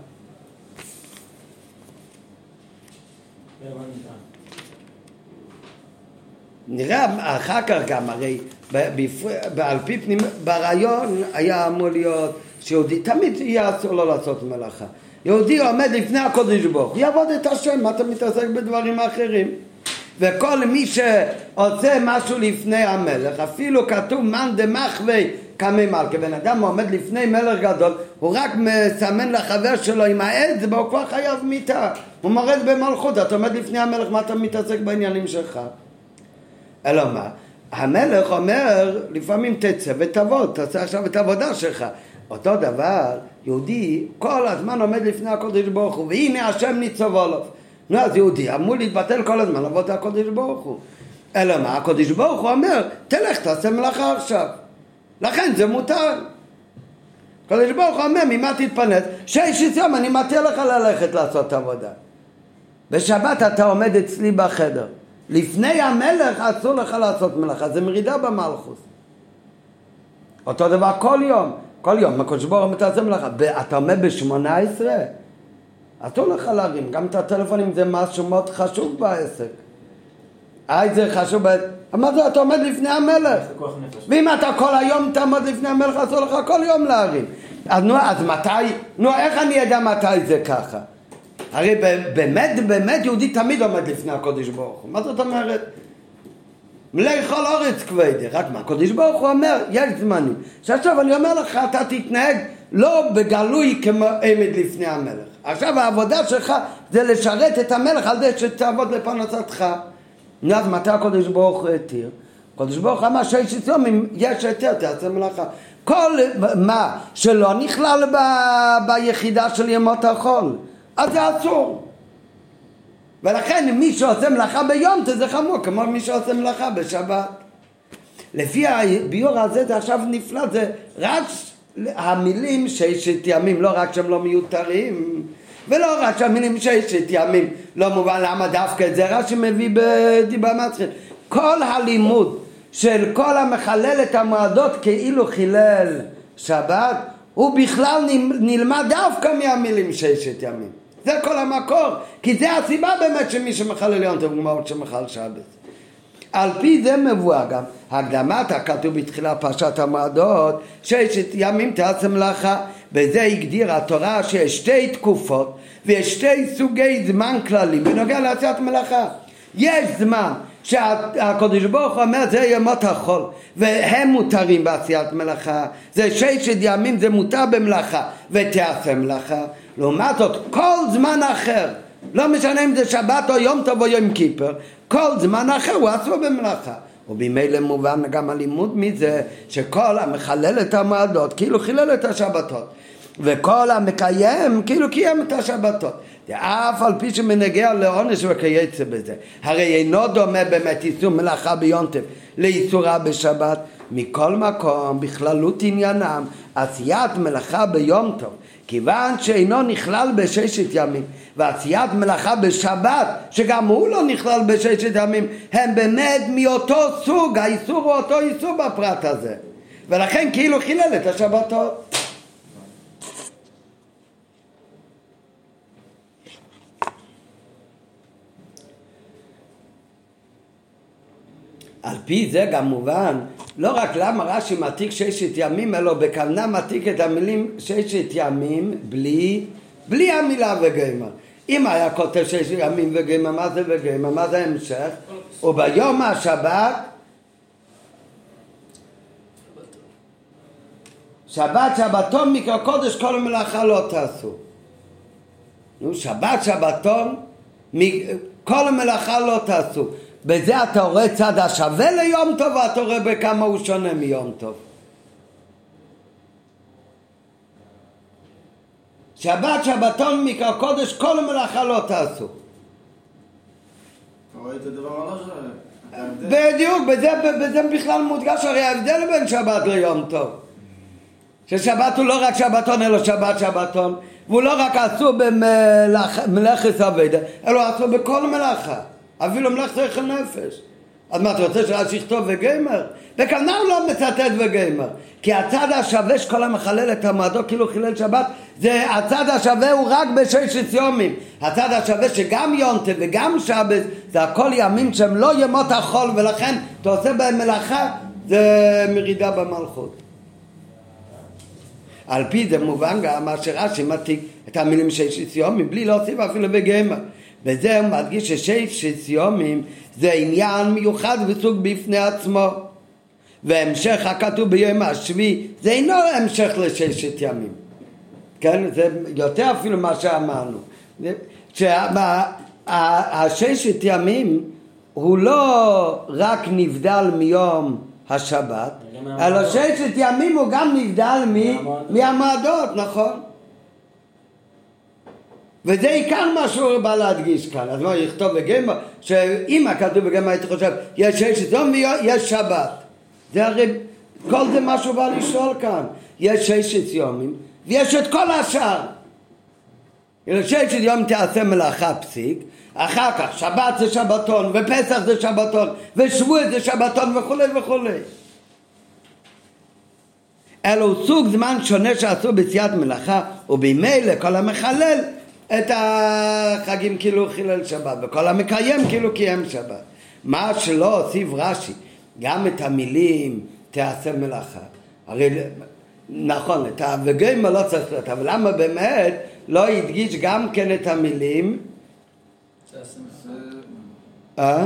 נראה אחר כך גם, הרי על פי פנים ברעיון היה אמור להיות שיהודי תמיד יהיה אסור לו לעשות מלאכה. יהודי עומד לפני הקודש ברוך הוא יעבוד את השם, מה אתה מתעסק בדברים אחרים? וכל מי שעושה משהו לפני המלך, אפילו כתוב מן דמחווי כמי מלכה, בן אדם עומד לפני מלך גדול, הוא רק מסמן לחבר שלו עם האצבע, הוא כבר חייב מיתה, הוא מורד במלכות. אתה עומד לפני המלך, מה אתה מתעסק בעניינים שלך? אלא מה? המלך אומר לפעמים תצא ותעבוד, תעשה עכשיו את העבודה שלך. אותו דבר, יהודי כל הזמן עומד לפני הקודש ברוך הוא, והנה השם ניצב עליו. נו, אז יהודי אמור להתבטל כל הזמן לעבוד את הקודש ברוך הוא. אלא מה? הקודש ברוך הוא אומר תלך תעשה מלאכה עכשיו, לכן זה מותר. הקודש ברוך הוא אומר ממה תתפנס? ששת יום אני מציע לך ללכת לעשות עבודה. בשבת אתה עומד אצלי בחדר, לפני המלך אסור לך לעשות מלאכה, זה מרידה במלכות. אותו דבר כל יום, כל יום, הקדוש ברוך הוא תעשה מלאכה. אתה עומד ב-שמונה עשרה? אסור לך להרים, גם את הטלפונים זה משהו מאוד חשוב בעסק. היי, זה חשוב בעסק. אמרתי, אתה עומד לפני המלך. ואם אתה כל היום תעמוד לפני המלך, אסור לך כל יום להרים. אז נו, אז מתי? נו, איך אני יודע מתי זה ככה? הרי באמת, באמת יהודי תמיד עומד לפני הקודש ברוך הוא. מה זאת אומרת? מלאי כל אורץ כבדי, רק מה? הקודש ברוך הוא אומר, יש זמנים. שעכשיו אני אומר לך, אתה תתנהג לא בגלוי כמו עמד לפני המלך. עכשיו העבודה שלך זה לשרת את המלך על זה שתעבוד לפרנסתך. אז מתי הקודש ברוך הוא התיר? הקודש ברוך הוא אמר שיש יום יש היתר, תעשה מלאכה. כל מה שלא נכלל ב... ביחידה של ימות החול, אז זה אסור. ולכן מי שעושה מלאכה ביום זה חמור, כמו מי שעושה מלאכה בשבת. לפי הביור הזה זה עכשיו נפלא, זה רק המילים ששת ימים, לא רק שהם לא מיותרים, ולא רק שהמילים ששת ימים לא מובן למה דווקא את זה, רק שמביא בדיבה מצחית. כל הלימוד של כל המחלל את המועדות כאילו חילל שבת, הוא בכלל נלמד דווקא מהמילים ששת ימים. זה כל המקור, כי זה הסיבה באמת שמי שמחלל יום טוב גמרות שמחלל שבת. על פי זה מבואר גם הקדמת הכתוב בתחילה פרשת המועדות, ששת ימים תעשה מלאכה, בזה הגדירה התורה שיש שתי תקופות ויש שתי סוגי זמן כללים בנוגע לעשיית מלאכה. יש זמן שהקדוש ברוך הוא אומר זה ימות החול והם מותרים בעשיית מלאכה, זה ששת ימים זה מותר במלאכה ותעשה מלאכה. לעומת זאת כל זמן אחר, לא משנה אם זה שבת או יום טוב או יום כיפר, כל זמן אחר הוא אסור במלאכה. ובמילא מובן גם הלימוד מזה שכל המחלל את המועדות כאילו חילל את השבתות, וכל המקיים כאילו קיים את השבתות. אף על פי שמנגע לעונש וכייצא בזה, הרי אינו דומה באמת איסור מלאכה ביום טוב לאיסורה בשבת. מכל מקום בכללות עניינם עשיית מלאכה ביום טוב, כיוון שאינו נכלל בששת ימים, ועשיית מלאכה בשבת שגם הוא לא נכלל בששת ימים, הם באמת מאותו סוג, האיסור הוא אותו איסור בפרט הזה, ולכן כאילו חילל את השבתות. על פי זה גם מובן לא רק למה רש"י מעתיק ששת ימים, אלא בכוונה מעתיק את המילים ששת ימים בלי, בלי המילה וגמר. אם היה כותב ששת ימים וגמר, מה זה וגמר? מה זה המשך? וביום השבת שבת שבתון מקרא קודש כל המלאכה לא תעשו. נו, שבת שבתון כל המלאכה לא תעשו. בזה אתה רואה צד השווה ליום טוב, ואתה רואה בכמה הוא שונה מיום טוב. שבת שבתון מקרא קודש כל המלאכה לא תעשו.
אתה רואה את הדבר הלאה?
בדיוק, בזה, בזה בכלל מודגש הרי ההבדל בין שבת ליום טוב. ששבת הוא לא רק שבתון אלא שבת שבתון, והוא לא רק אסור במלאכת עבודה, אלא אסור בכל מלאכה. אפילו מלאכת שכל נפש. אז מה אתה רוצה שרש"י יכתוב וגמר? בכוונה הוא לא מצטט וגמר, כי הצד השווה שכל המחלל את המועדות כאילו חילל שבת, זה הצד השווה הוא רק בששת יומים. הצד השווה שגם יום טוב וגם שבת זה הכל ימים שהם לא ימות החול, ולכן אתה עושה בהם מלאכה, זה מרידה במלכות. על פי זה מובן גם מה שרש"י מעתיק את המילים ששת יומים בלי להוסיף אפילו וגמר. וזה הוא מדגיש שששת יומים זה עניין מיוחד וסוג בפני עצמו, והמשך הכתוב ביום השביעי זה אינו המשך לששת ימים, כן? זה יותר אפילו מה שאמרנו, שהששת ימים הוא לא רק נבדל מיום השבת, אלא ששת ימים הוא גם נבדל מהמועדות, נכון? וזה עיקר מה שהוא בא להדגיש כאן. אז מה יכתוב בגמרא, שאם הכתוב בגמרא הייתי חושב יש ששת יום ויש שבת, זה הרי כל זה מה שהוא בא לשאול כאן. יש ששת יומים ויש את כל השאר. ששת יום תעשה מלאכה פסיק, אחר כך שבת זה שבתון ופסח זה שבתון ושבוע זה שבתון וכו' וכו'. אלא הוא סוג זמן שונה שעשו בציית מלאכה, ובמילא כל המחלל את החגים כאילו חילל שבת, וכל המקיים כאילו קיים שבת. מה שלא הוסיף רש"י, גם את המילים תעשה מלאכה. הרי נכון, את וגמר לא צריך להיות, אבל למה באמת לא הדגיש גם כן את המילים אה?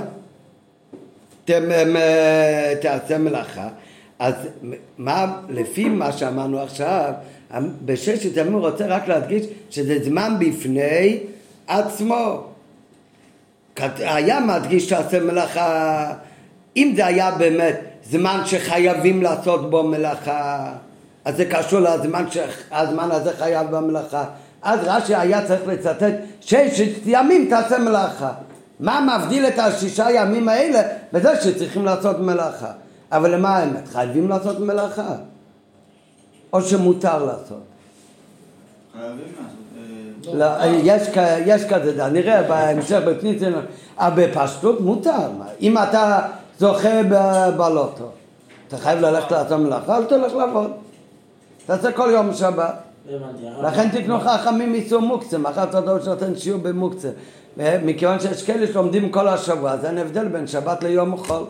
תעשה מלאכה? אז מה, לפי מה שאמרנו עכשיו, בששת ימים הוא רוצה רק להדגיש שזה זמן בפני עצמו. היה מדגיש תעשה מלאכה, אם זה היה באמת זמן שחייבים לעשות בו מלאכה, אז זה קשור לזמן שהזמן הזה חייב במלאכה. אז רש"י היה צריך לצטט ששת ימים תעשה מלאכה. מה מבדיל את השישה ימים האלה בזה שצריכים לעשות מלאכה? אבל למה האמת? חייבים לעשות מלאכה? או שמותר לעשות?
חייבים לעשות.
לא, יש כזה, נראה בהמשך בפניציה, אבל בפשטות מותר. אם אתה זוכה בלוטו, אתה חייב ללכת לעשות מלאכה, אל תלך לעבוד. תעשה כל יום שבת. לכן תקנו חכמים איסור מוקצה, מחר תדעו שנותן שיעור במוקצה. מכיוון שיש כאלה שלומדים כל השבוע, אז אין הבדל בין שבת ליום חול.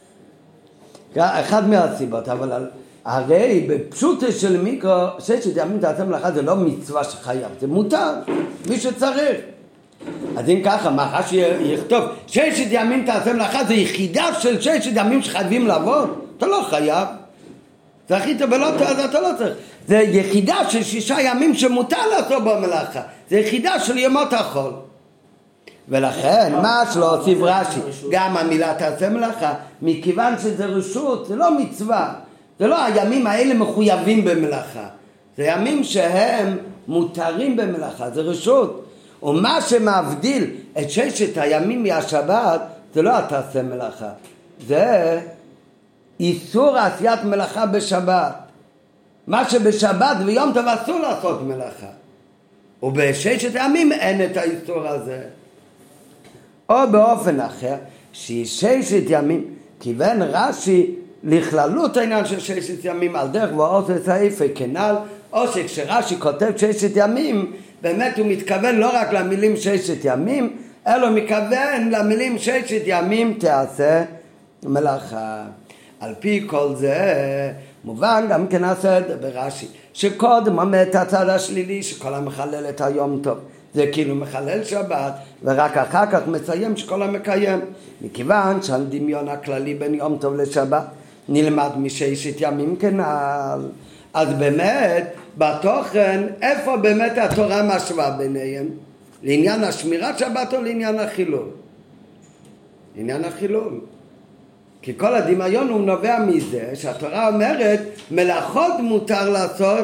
אחד מהסיבות, אבל הרי בפשוט של מיקרו, ששת ימים תעשה מלאכה זה לא מצווה שחייב, זה מותר, מי שצריך. אז אם ככה, מה רש"י יכתוב, ששת ימים תעשה מלאכה זה יחידה של ששת ימים שחייבים לעבוד, אתה לא חייב. זכית ולא אז אתה לא צריך. זה יחידה של שישה ימים שמותר לעשות במלאכה, זה יחידה של ימות החול. ולכן מה שלא הוסיף רש"י, גם המילה תעשה מלאכה, מכיוון שזה רשות, זה לא מצווה, זה לא הימים האלה מחויבים במלאכה, זה ימים שהם מותרים במלאכה, זה רשות. ומה שמבדיל את ששת הימים מהשבת זה לא תעשה מלאכה, זה איסור עשיית מלאכה בשבת. מה שבשבת ויום טוב אסור לעשות מלאכה, ובששת הימים אין את האיסור הזה. או באופן אחר, שששת ימים, כיוון רש"י לכללות העניין של ששת ימים על דרך ועושה סעיפי כנ"ל, או שכשרש"י כותב ששת ימים, באמת הוא מתכוון לא רק למילים ששת ימים, אלא מתכוון למילים ששת ימים תעשה מלאכה. על פי כל זה מובן גם כן עשה ברש"י, שקודם אומר את הצד השלילי שכל המחלל את היום טוב, זה כאילו מחלל שבת, ורק אחר כך מסיים שכל המקיים. מכיוון שהדמיון הכללי בין יום טוב לשבת נלמד מששת ימים כנ"ל, אז באמת בתוכן איפה באמת התורה משווה ביניהם? לעניין השמירת שבת או לעניין החילול? לעניין החילול. כי כל הדמיון הוא נובע מזה שהתורה אומרת מלאכות מותר לעשות.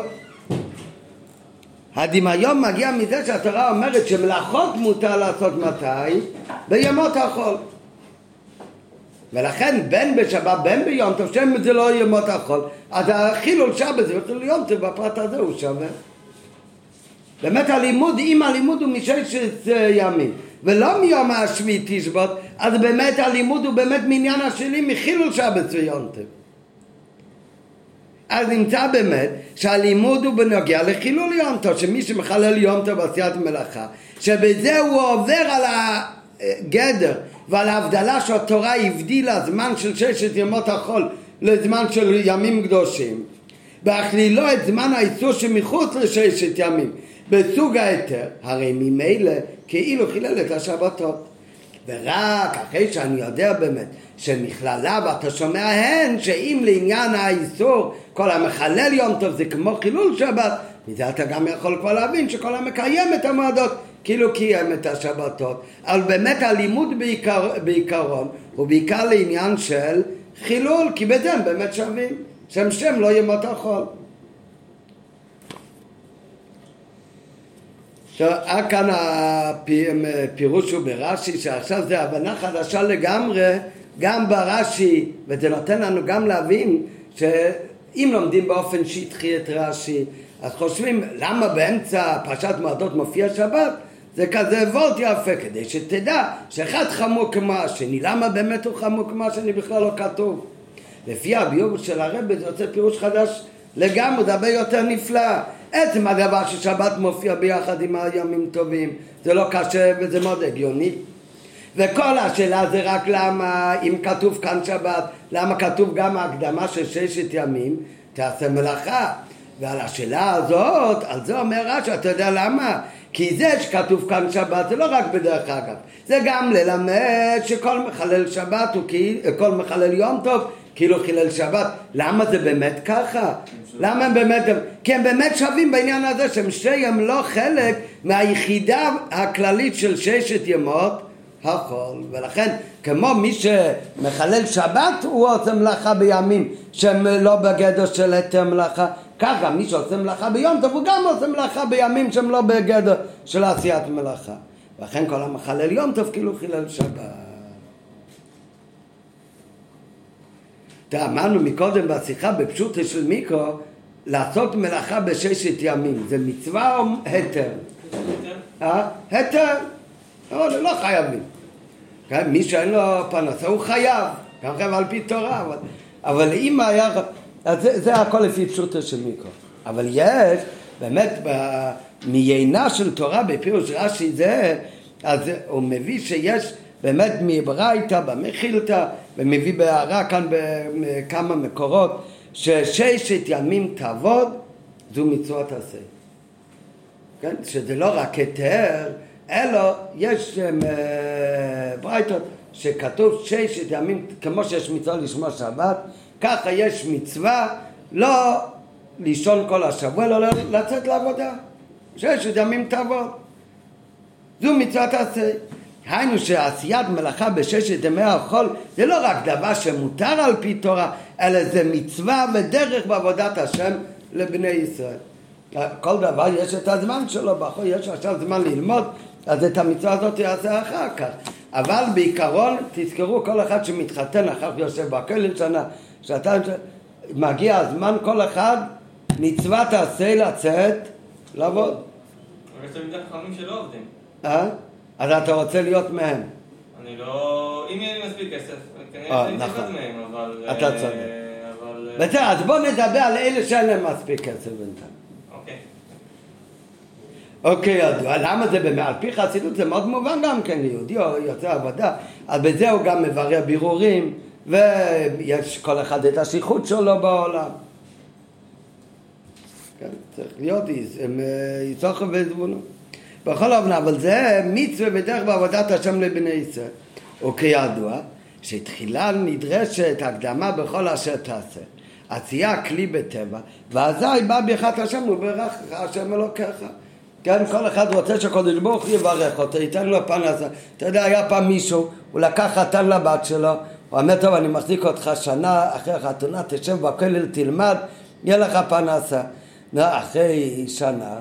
הדמיון מגיע מזה שהתורה אומרת שמלאכות מותר לעשות מתי? בימות החול. ולכן בין בשבת בין ביום טוב שם זה לא ימות החול, אז החילול שבת זה חילול יום טוב, בפרט הזה הוא שווה. באמת הלימוד, אם הלימוד הוא מששת ימים ולא מיום השביעי תשבות, אז באמת הלימוד הוא באמת מעניין השלי מחילול שבת ויום טוב. אז נמצא באמת שהלימוד הוא בנוגע לחילול יום טוב, שמי שמחלל יום טוב עשיית מלאכה, שבזה הוא עובר על הגדר ועל ההבדלה שהתורה הבדילה זמן של ששת ימות החול לזמן של ימים קדושים, בהכלילו את זמן האיסור שמחוץ לששת ימים בסוג היתר, הרי ממילא כאילו חילל את השבתות. ורק אחרי שאני יודע באמת שמכללה ואתה שומע הן שאם לעניין האיסור כל המחלל יום טוב זה כמו חילול שבת, מזה אתה גם יכול כבר להבין שכל המקיים את המועדות כאילו קיים את השבתות. אבל באמת הלימוד בעיקר, בעיקרון הוא בעיקר לעניין של חילול, כי בזה הם באמת שווים, שם שם לא ימות החול. עד כאן הפירוש הוא ברש"י, שעכשיו זה הבנה חדשה לגמרי גם ברש"י, וזה נותן לנו גם להבין שאם לומדים באופן שטחי את רש"י אז חושבים למה באמצע פרשת מועדות מופיע שבת, זה כזה וולט יפה כדי שתדע שאחד חמור כמו השני. למה באמת הוא חמור כמו השני בכלל לא כתוב? לפי הביור של הרב זה יוצא פירוש חדש לגמרי, זה הרבה יותר נפלא. עצם הדבר ששבת מופיע ביחד עם הימים טובים, זה לא קשה וזה מאוד הגיוני. וכל השאלה זה רק למה, אם כתוב כאן שבת, למה כתוב גם ההקדמה של ששת ימים, תעשה מלאכה. ועל השאלה הזאת, על זה אומר רש"י, אתה יודע למה? כי זה שכתוב כאן שבת, זה לא רק בדרך אגב, זה גם ללמד שכל מחלל שבת הוא כאילו, כל מחלל יום טוב, כאילו חילל שבת. למה זה באמת ככה? למה הם באמת, כי הם באמת שווים בעניין הזה שהם שהם לא חלק מהיחידה הכללית של ששת ימות החול, ולכן כמו מי שמחלל שבת הוא עושה מלאכה בימים שהם לא בגדר של היתר מלאכה, ככה מי שעושה מלאכה ביום טוב הוא גם עושה מלאכה בימים שהם לא בגדר של עשיית מלאכה, ולכן כל המחלל יום טוב כאילו חילל שבת. אמרנו מקודם בשיחה בפשוטו של מיקרו, לעשות מלאכה בששת ימים זה מצווה או היתר? היתר? היתר. לא חייבים. מי שאין לו פרנסה הוא חייב, גם חייב על פי תורה, אבל, אבל אם היה, אז זה, זה הכל לפי פשוטו של מיקרו. אבל יש באמת מיינה של תורה בפירוש רש"י זה, אז הוא מביא שיש באמת מברייתא במחילתא, ומביא בהערה כאן בכמה מקורות, שששת ימים תעבוד זו מצוות עשה. כן? שזה לא רק היתר, אלא יש ברייתות שכתוב ששת ימים, כמו שיש מצווה לשמוע שבת, ככה יש מצווה לא לישון כל השבוע, אלא לצאת לעבודה. ששת ימים תעבוד. זו מצוות עשה. היינו שעשיית מלאכה בששת ימי החול זה לא רק דבר שמותר על פי תורה, אלא זה מצווה ודרך בעבודת השם לבני ישראל. כל דבר יש את הזמן שלו, בחול יש עכשיו זמן ללמוד, אז את המצווה הזאת יעשה אחר כך. אבל בעיקרון תזכרו, כל אחד שמתחתן אחר כך יושב בכולל שנה, שאתה מגיע הזמן, כל אחד מצווה תעשה לצאת לעבוד.
אבל יש תלמידי חכמים שלא עובדים.
אה? אז אתה רוצה להיות מהם?
אני לא... אם יהיה לי מספיק כסף, כנראה אני צריך להיות מהם, אבל...
אתה צודק.
אבל...
בסדר, אז בוא נדבר על אלה שאין להם מספיק כסף בינתיים.
אוקיי.
אוקיי, ידוע. למה זה באמת? על פי חסידות זה מאוד מובן גם כן, יהודי או יוצא עבודה, אז בזה הוא גם מברר בירורים, ויש כל אחד את השליחות שלו בעולם. כן, צריך להיות יצוחו וזבונו. בכל אופן, אבל זה מצווה בדרך בעבודת השם לבני ישראל. וכידוע, שתחילה נדרשת הקדמה בכל אשר תעשה. עשייה כלי בטבע, ואזי בא ברכת השם וברך השם אלוקיך. כן, כל אחד רוצה שהקדוש ברוך הוא יברך אותו, ייתן לו פרנסה. אתה יודע, היה פעם מישהו, הוא לקח חתן לבת שלו, הוא אומר, טוב, אני מחזיק אותך שנה אחרי החתונה, תשב בכולל, תלמד, יהיה לך פרנסה. אחרי שנה,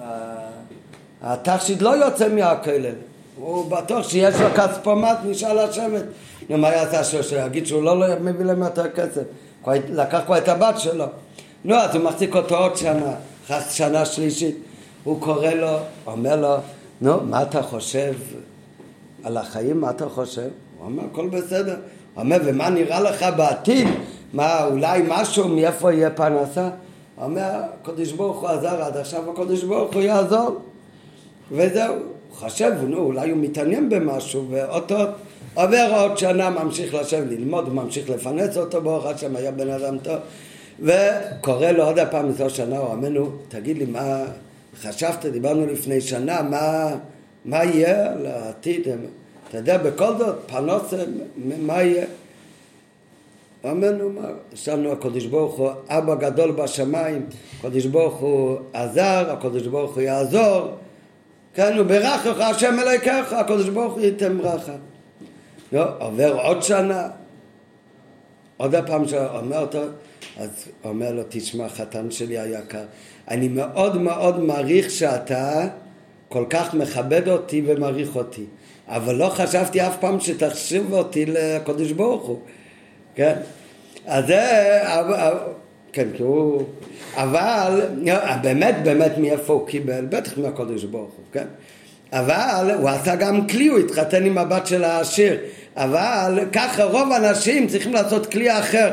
התכשיט לא יוצא מהכולל, הוא בטוח שיש לו כספומט, נשאל לשבת. נו, מה יעשה שלו? שיגיד שהוא לא מביא להם יותר כסף, לקח כבר את הבת שלו. נו, אז הוא מחזיק אותו עוד שנה, שנה שלישית. הוא קורא לו, אומר לו, נו, מה אתה חושב על החיים? מה אתה חושב? הוא אומר, הכל בסדר. הוא אומר, ומה נראה לך בעתיד? מה, אולי משהו, מאיפה יהיה פרנסה? הוא אומר, הקדוש ברוך הוא עזר עד עכשיו, הקדוש ברוך הוא יעזור. וזהו, הוא חשב, נו, אולי הוא מתעניין במשהו, ואותו עובר עוד שנה, ממשיך לשב ללמוד, ממשיך לפנץ אותו, ברוך השם, היה בן אדם טוב, וקורא לו עוד הפעם זו שנה, הוא אומר, נו, תגיד לי, מה חשבת, דיברנו לפני שנה, מה, מה יהיה לעתיד? אתה יודע, בכל זאת, פרנס, מה יהיה? הוא אומר, נו, מה, יש לנו הקדוש ברוך הוא, אבא גדול בשמיים, הקדוש ברוך הוא עזר, הקדוש ברוך הוא יעזור, כן, וברכך השם אלוקיך, הקדוש ברוך הוא ייתן ברכה. לא, עובר עוד שנה, עוד הפעם שאומר אותו, אז אומר לו, תשמע, חתן שלי היקר, אני מאוד מאוד מעריך שאתה כל כך מכבד אותי ומעריך אותי, אבל לא חשבתי אף פעם שתחשיב אותי לקדוש ברוך הוא, כן? אז זה, כן, כי הוא, אבל באמת, באמת מאיפה הוא קיבל, בטח מהקדוש ברוך הוא, כן? אבל הוא עשה גם כלי, הוא התחתן עם הבת של העשיר, אבל ככה רוב האנשים צריכים לעשות כלי אחר,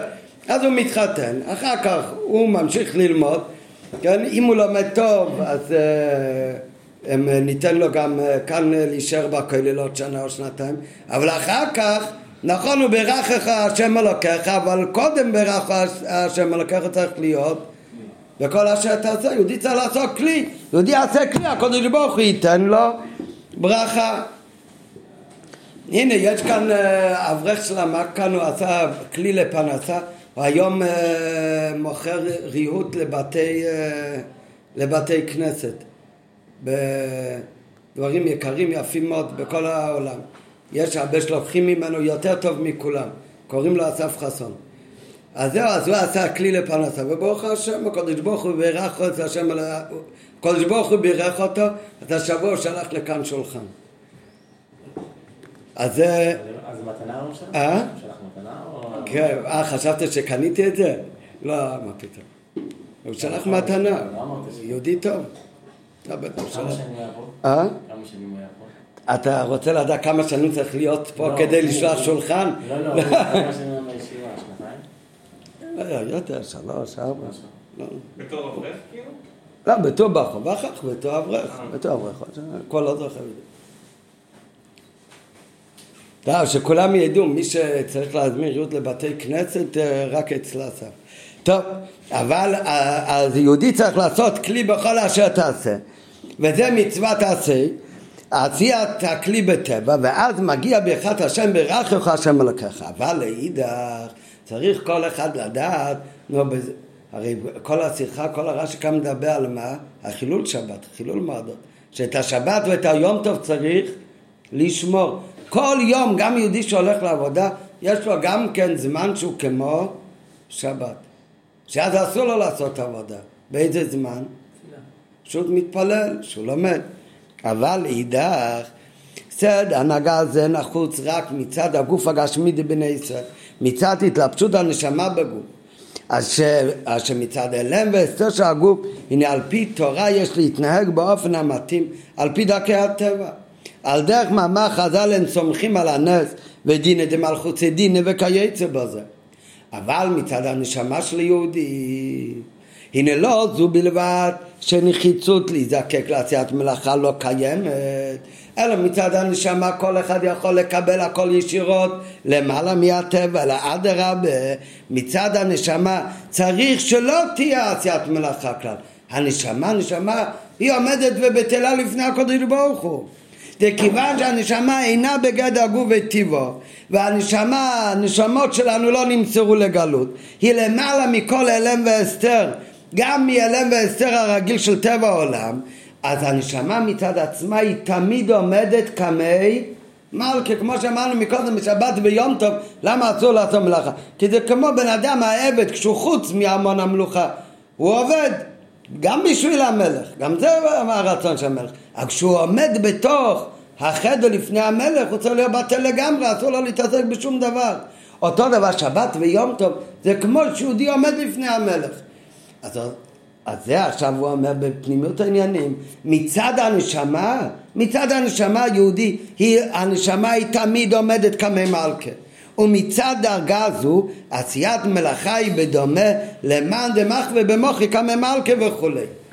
אז הוא מתחתן, אחר כך הוא ממשיך ללמוד, כן? אם הוא לומד טוב, אז uh, הם, ניתן לו גם uh, כאן uh, להישאר בכולל עוד שנה או שנתיים, אבל אחר כך, נכון, הוא ברכך השם אלוקיך, אבל קודם ברך השם אלוקיך צריך להיות וכל אשר תעשה, יהודי צריך לעשות כלי, יהודי יעשה כלי, הקדוש ברוך הוא ייתן לו ברכה. הנה, יש כאן אברך שלמה, כאן הוא עשה כלי לפרנסה, הוא היום uh, מוכר ריהוט לבתי, uh, לבתי כנסת, בדברים יקרים יפים מאוד בכל העולם. יש הרבה שלוקחים ממנו יותר טוב מכולם, קוראים לו אסף חסון. אז זהו, אז הוא עשה כלי לפרנסה, וברוך השם, הקדוש ברוך הוא בירך את השם, הקדוש ברוך הוא בירך אותו, את השבוע הוא שלח לכאן שולחן. אז זה...
אז מתנה הוא שלח?
אה?
הוא שלח מתנה או...
כן, אה, חשבת שקניתי את זה? לא, מה פתאום. הוא שלח מתנה, יהודי טוב.
כמה שנים הוא היה פה?
אה?
כמה שנים הוא היה פה?
אתה רוצה לדעת כמה שנים צריך להיות פה כדי לשלוח שולחן?
לא, לא, כמה שנים בישיבה, שנתיים?
לא, יותר, שלוש, ארבע.
בתור אברך כאילו?
לא, בתור בחור, ואחר כך בתור אברך, בתור אברך, כל לא זוכר את זה. טוב, שכולם ידעו, מי שצריך להזמין ריהוט לבתי כנסת, רק אצלה סף. טוב, אבל אז יהודי צריך לעשות כלי בכל אשר תעשה, וזה מצוות תעשה, עשיית הכלי בטבע, ואז מגיע ברכת השם ברכך השם אלוקיך. אבל לאידך צריך כל אחד לדעת, נו, בזה, הרי כל השיחה, כל הרש"י כאן מדבר על מה? החילול שבת, חילול מועדות. שאת השבת ואת היום טוב צריך לשמור. כל יום, גם יהודי שהולך לעבודה, יש לו גם כן זמן שהוא כמו שבת. שאז אסור לו לעשות עבודה. באיזה זמן? שהוא מתפלל, שהוא לומד. אבל אידך, סד הנהגה הזה נחוץ רק מצד הגוף הגשמי דבני ישראל, מצד התלבשות הנשמה בגוף. אז, ש... אז שמצד אלם והסתר של הגוף, הנה על פי תורה יש להתנהג באופן המתאים, על פי דרכי הטבע. על דרך מאמר חז"ל הם סומכים על הנס ודינא דמלכות דינא וכיוצא בזה. אבל מצד הנשמה של יהודי, הנה לא זו בלבד שנחיצות להיזקק לעשיית מלאכה לא קיימת, אלא מצד הנשמה כל אחד יכול לקבל הכל ישירות למעלה מהטבע, אלא אדרבה, מצד הנשמה צריך שלא תהיה עשיית מלאכה כלל. הנשמה, הנשמה היא עומדת ובטלה לפני הקדוש ברוך הוא. וכיוון שהנשמה אינה בגדר הגוף וטיבו, והנשמה, הנשמות שלנו לא נמסרו לגלות, היא למעלה מכל אלם והסתר, גם מאלם והסתר הרגיל של טבע העולם, אז הנשמה מצד עצמה היא תמיד עומדת כמי מלכה, כמו שאמרנו מקודם בשבת ויום טוב. למה אסור לעשות מלאכה? כי זה כמו בן אדם העבד, כשהוא חוץ מהמון המלוכה הוא עובד גם בשביל המלך, גם זה הרצון של המלך, אבל כשהוא עומד בתוך החדר לפני המלך הוא צריך להיות בטל לגמרי, אסור לו להתעסק בשום דבר. אותו דבר שבת ויום טוב, זה כמו שיהודי עומד לפני המלך. אז, אז זה עכשיו הוא אומר בפנימיות העניינים, מצד הנשמה, מצד הנשמה היהודי, היא, הנשמה היא תמיד עומדת כמי מלכה. ומצד דרגה זו, עשיית מלאכה היא בדומה למען דמחווה במוחי כמי מלכה וכו'.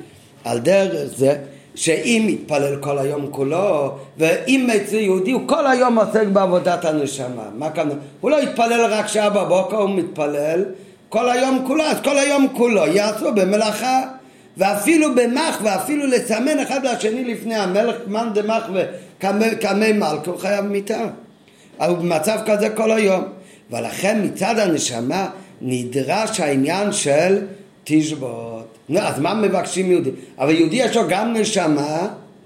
על דרך זה, שאם יתפלל כל היום כולו, ואם אצל יהודי הוא כל היום עוסק בעבודת הנשמה, מה כאן? הוא לא יתפלל רק שעה בבוקר, הוא מתפלל כל היום כולו, אז כל היום כולו יעשו במלאכה, ואפילו במחווה, אפילו לסמן אחד לשני לפני המלך, מאן דמחווה כמי מלכה, הוא חייב מיתה. אבל במצב כזה כל היום. ולכן מצד הנשמה נדרש העניין של תשבות. נו, אז מה מבקשים יהודי? אבל יהודי יש לו גם נשמה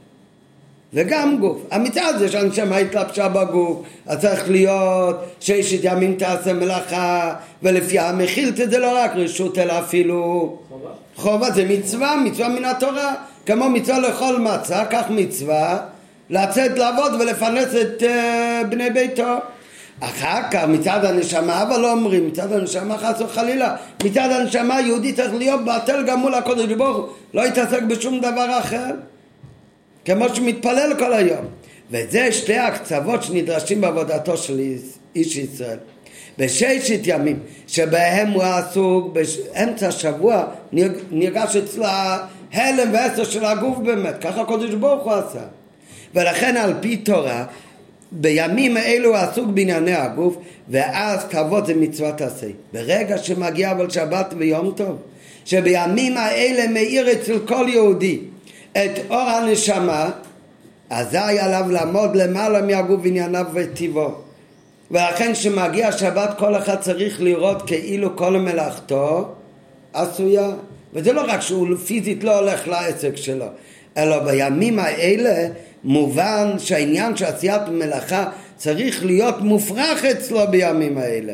וגם גוף. המצד זה שהנשמה התלבשה בגוף, אז צריך להיות ששת ימים תעשה מלאכה, ולפי המחילת זה לא רק רשות אלא אפילו חובה. חובה זה מצווה, מצווה מן התורה. כמו מצווה לאכול מצה, כך מצווה לצאת לעבוד ולפרנס את uh, בני ביתו. אחר כך מצד הנשמה, אבל לא אומרים מצד הנשמה חס וחלילה, מצד הנשמה יהודי צריך להיות בטל גם מול הקדוש ברוך הוא, לא יתעסק בשום דבר אחר, כמו שמתפלל כל היום. וזה שתי הקצוות שנדרשים בעבודתו של איש ישראל. בששת ימים שבהם הוא עסוק, באמצע השבוע נרגש אצלו ההלם והעשר של הגוף באמת, ככה הקדוש ברוך הוא עשה. ולכן על פי תורה בימים האלו הוא עסוק בענייני הגוף, ואז כבוד זה מצוות עשה. ברגע שמגיע אבל שבת ויום טוב, שבימים האלה מאיר אצל כל יהודי את אור הנשמה, אזי עליו לעמוד למעלה מהגוף ענייניו וטיבו. ולכן שמגיע שבת כל אחד צריך לראות כאילו כל מלאכתו עשויה. וזה לא רק שהוא פיזית לא הולך לעסק שלו, אלא בימים האלה מובן שהעניין של עשיית מלאכה צריך להיות מופרח אצלו בימים האלה.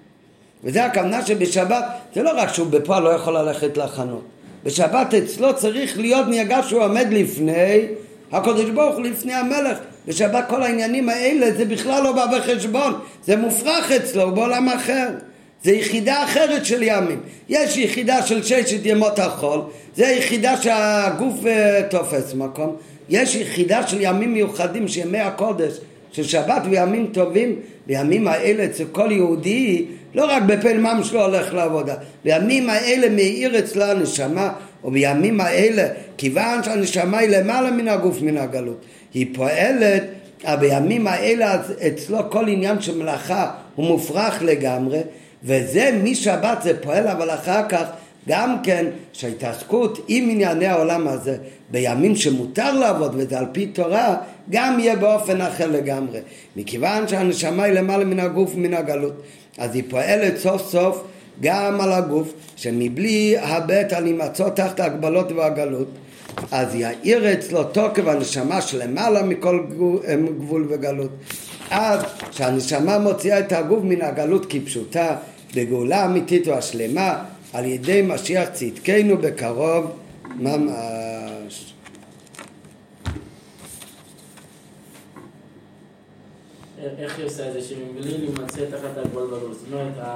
וזה הכוונה שבשבת זה לא רק שהוא בפועל לא יכול ללכת לחנות, בשבת אצלו צריך להיות נרגש שהוא עומד לפני הקדוש ברוך הוא, לפני המלך. בשבת כל העניינים האלה זה בכלל לא בא בחשבון, זה מופרח אצלו בעולם אחר, זה יחידה אחרת של ימים. יש יחידה של ששת ימות החול, זה יחידה שהגוף תופס מקום. יש יחידה של ימים מיוחדים שימי הקודש של שבת וימים טובים. בימים האלה אצל כל יהודי לא רק בפעיל ממש לא הולך לעבודה, בימים האלה מאיר אצלה הנשמה, ובימים האלה כיוון שהנשמה היא למעלה מן הגוף מן הגלות, היא פועלת. בימים האלה אצלו כל עניין של מלאכה הוא מופרח לגמרי, וזה משבת זה פועל. אבל אחר כך גם כן שההתעסקות עם ענייני העולם הזה בימים שמותר לעבוד וזה על פי תורה גם יהיה באופן אחר לגמרי, מכיוון שהנשמה היא למעלה מן הגוף ומן הגלות, אז היא פועלת סוף סוף גם על הגוף, שמבלי הבט על הימצוא תחת ההגבלות והגלות, אז יאיר אצלו תוקף הנשמה שלמעלה מכל גבול וגלות, אז שהנשמה מוציאה את הגוף מן הגלות כפשוטה בגאולה אמיתית והשלמה על ידי משיח צדקנו בקרוב ממש.
איך היא עושה את זה? שמבלי להימצא תחת הגבול בגלות, זאת אומרת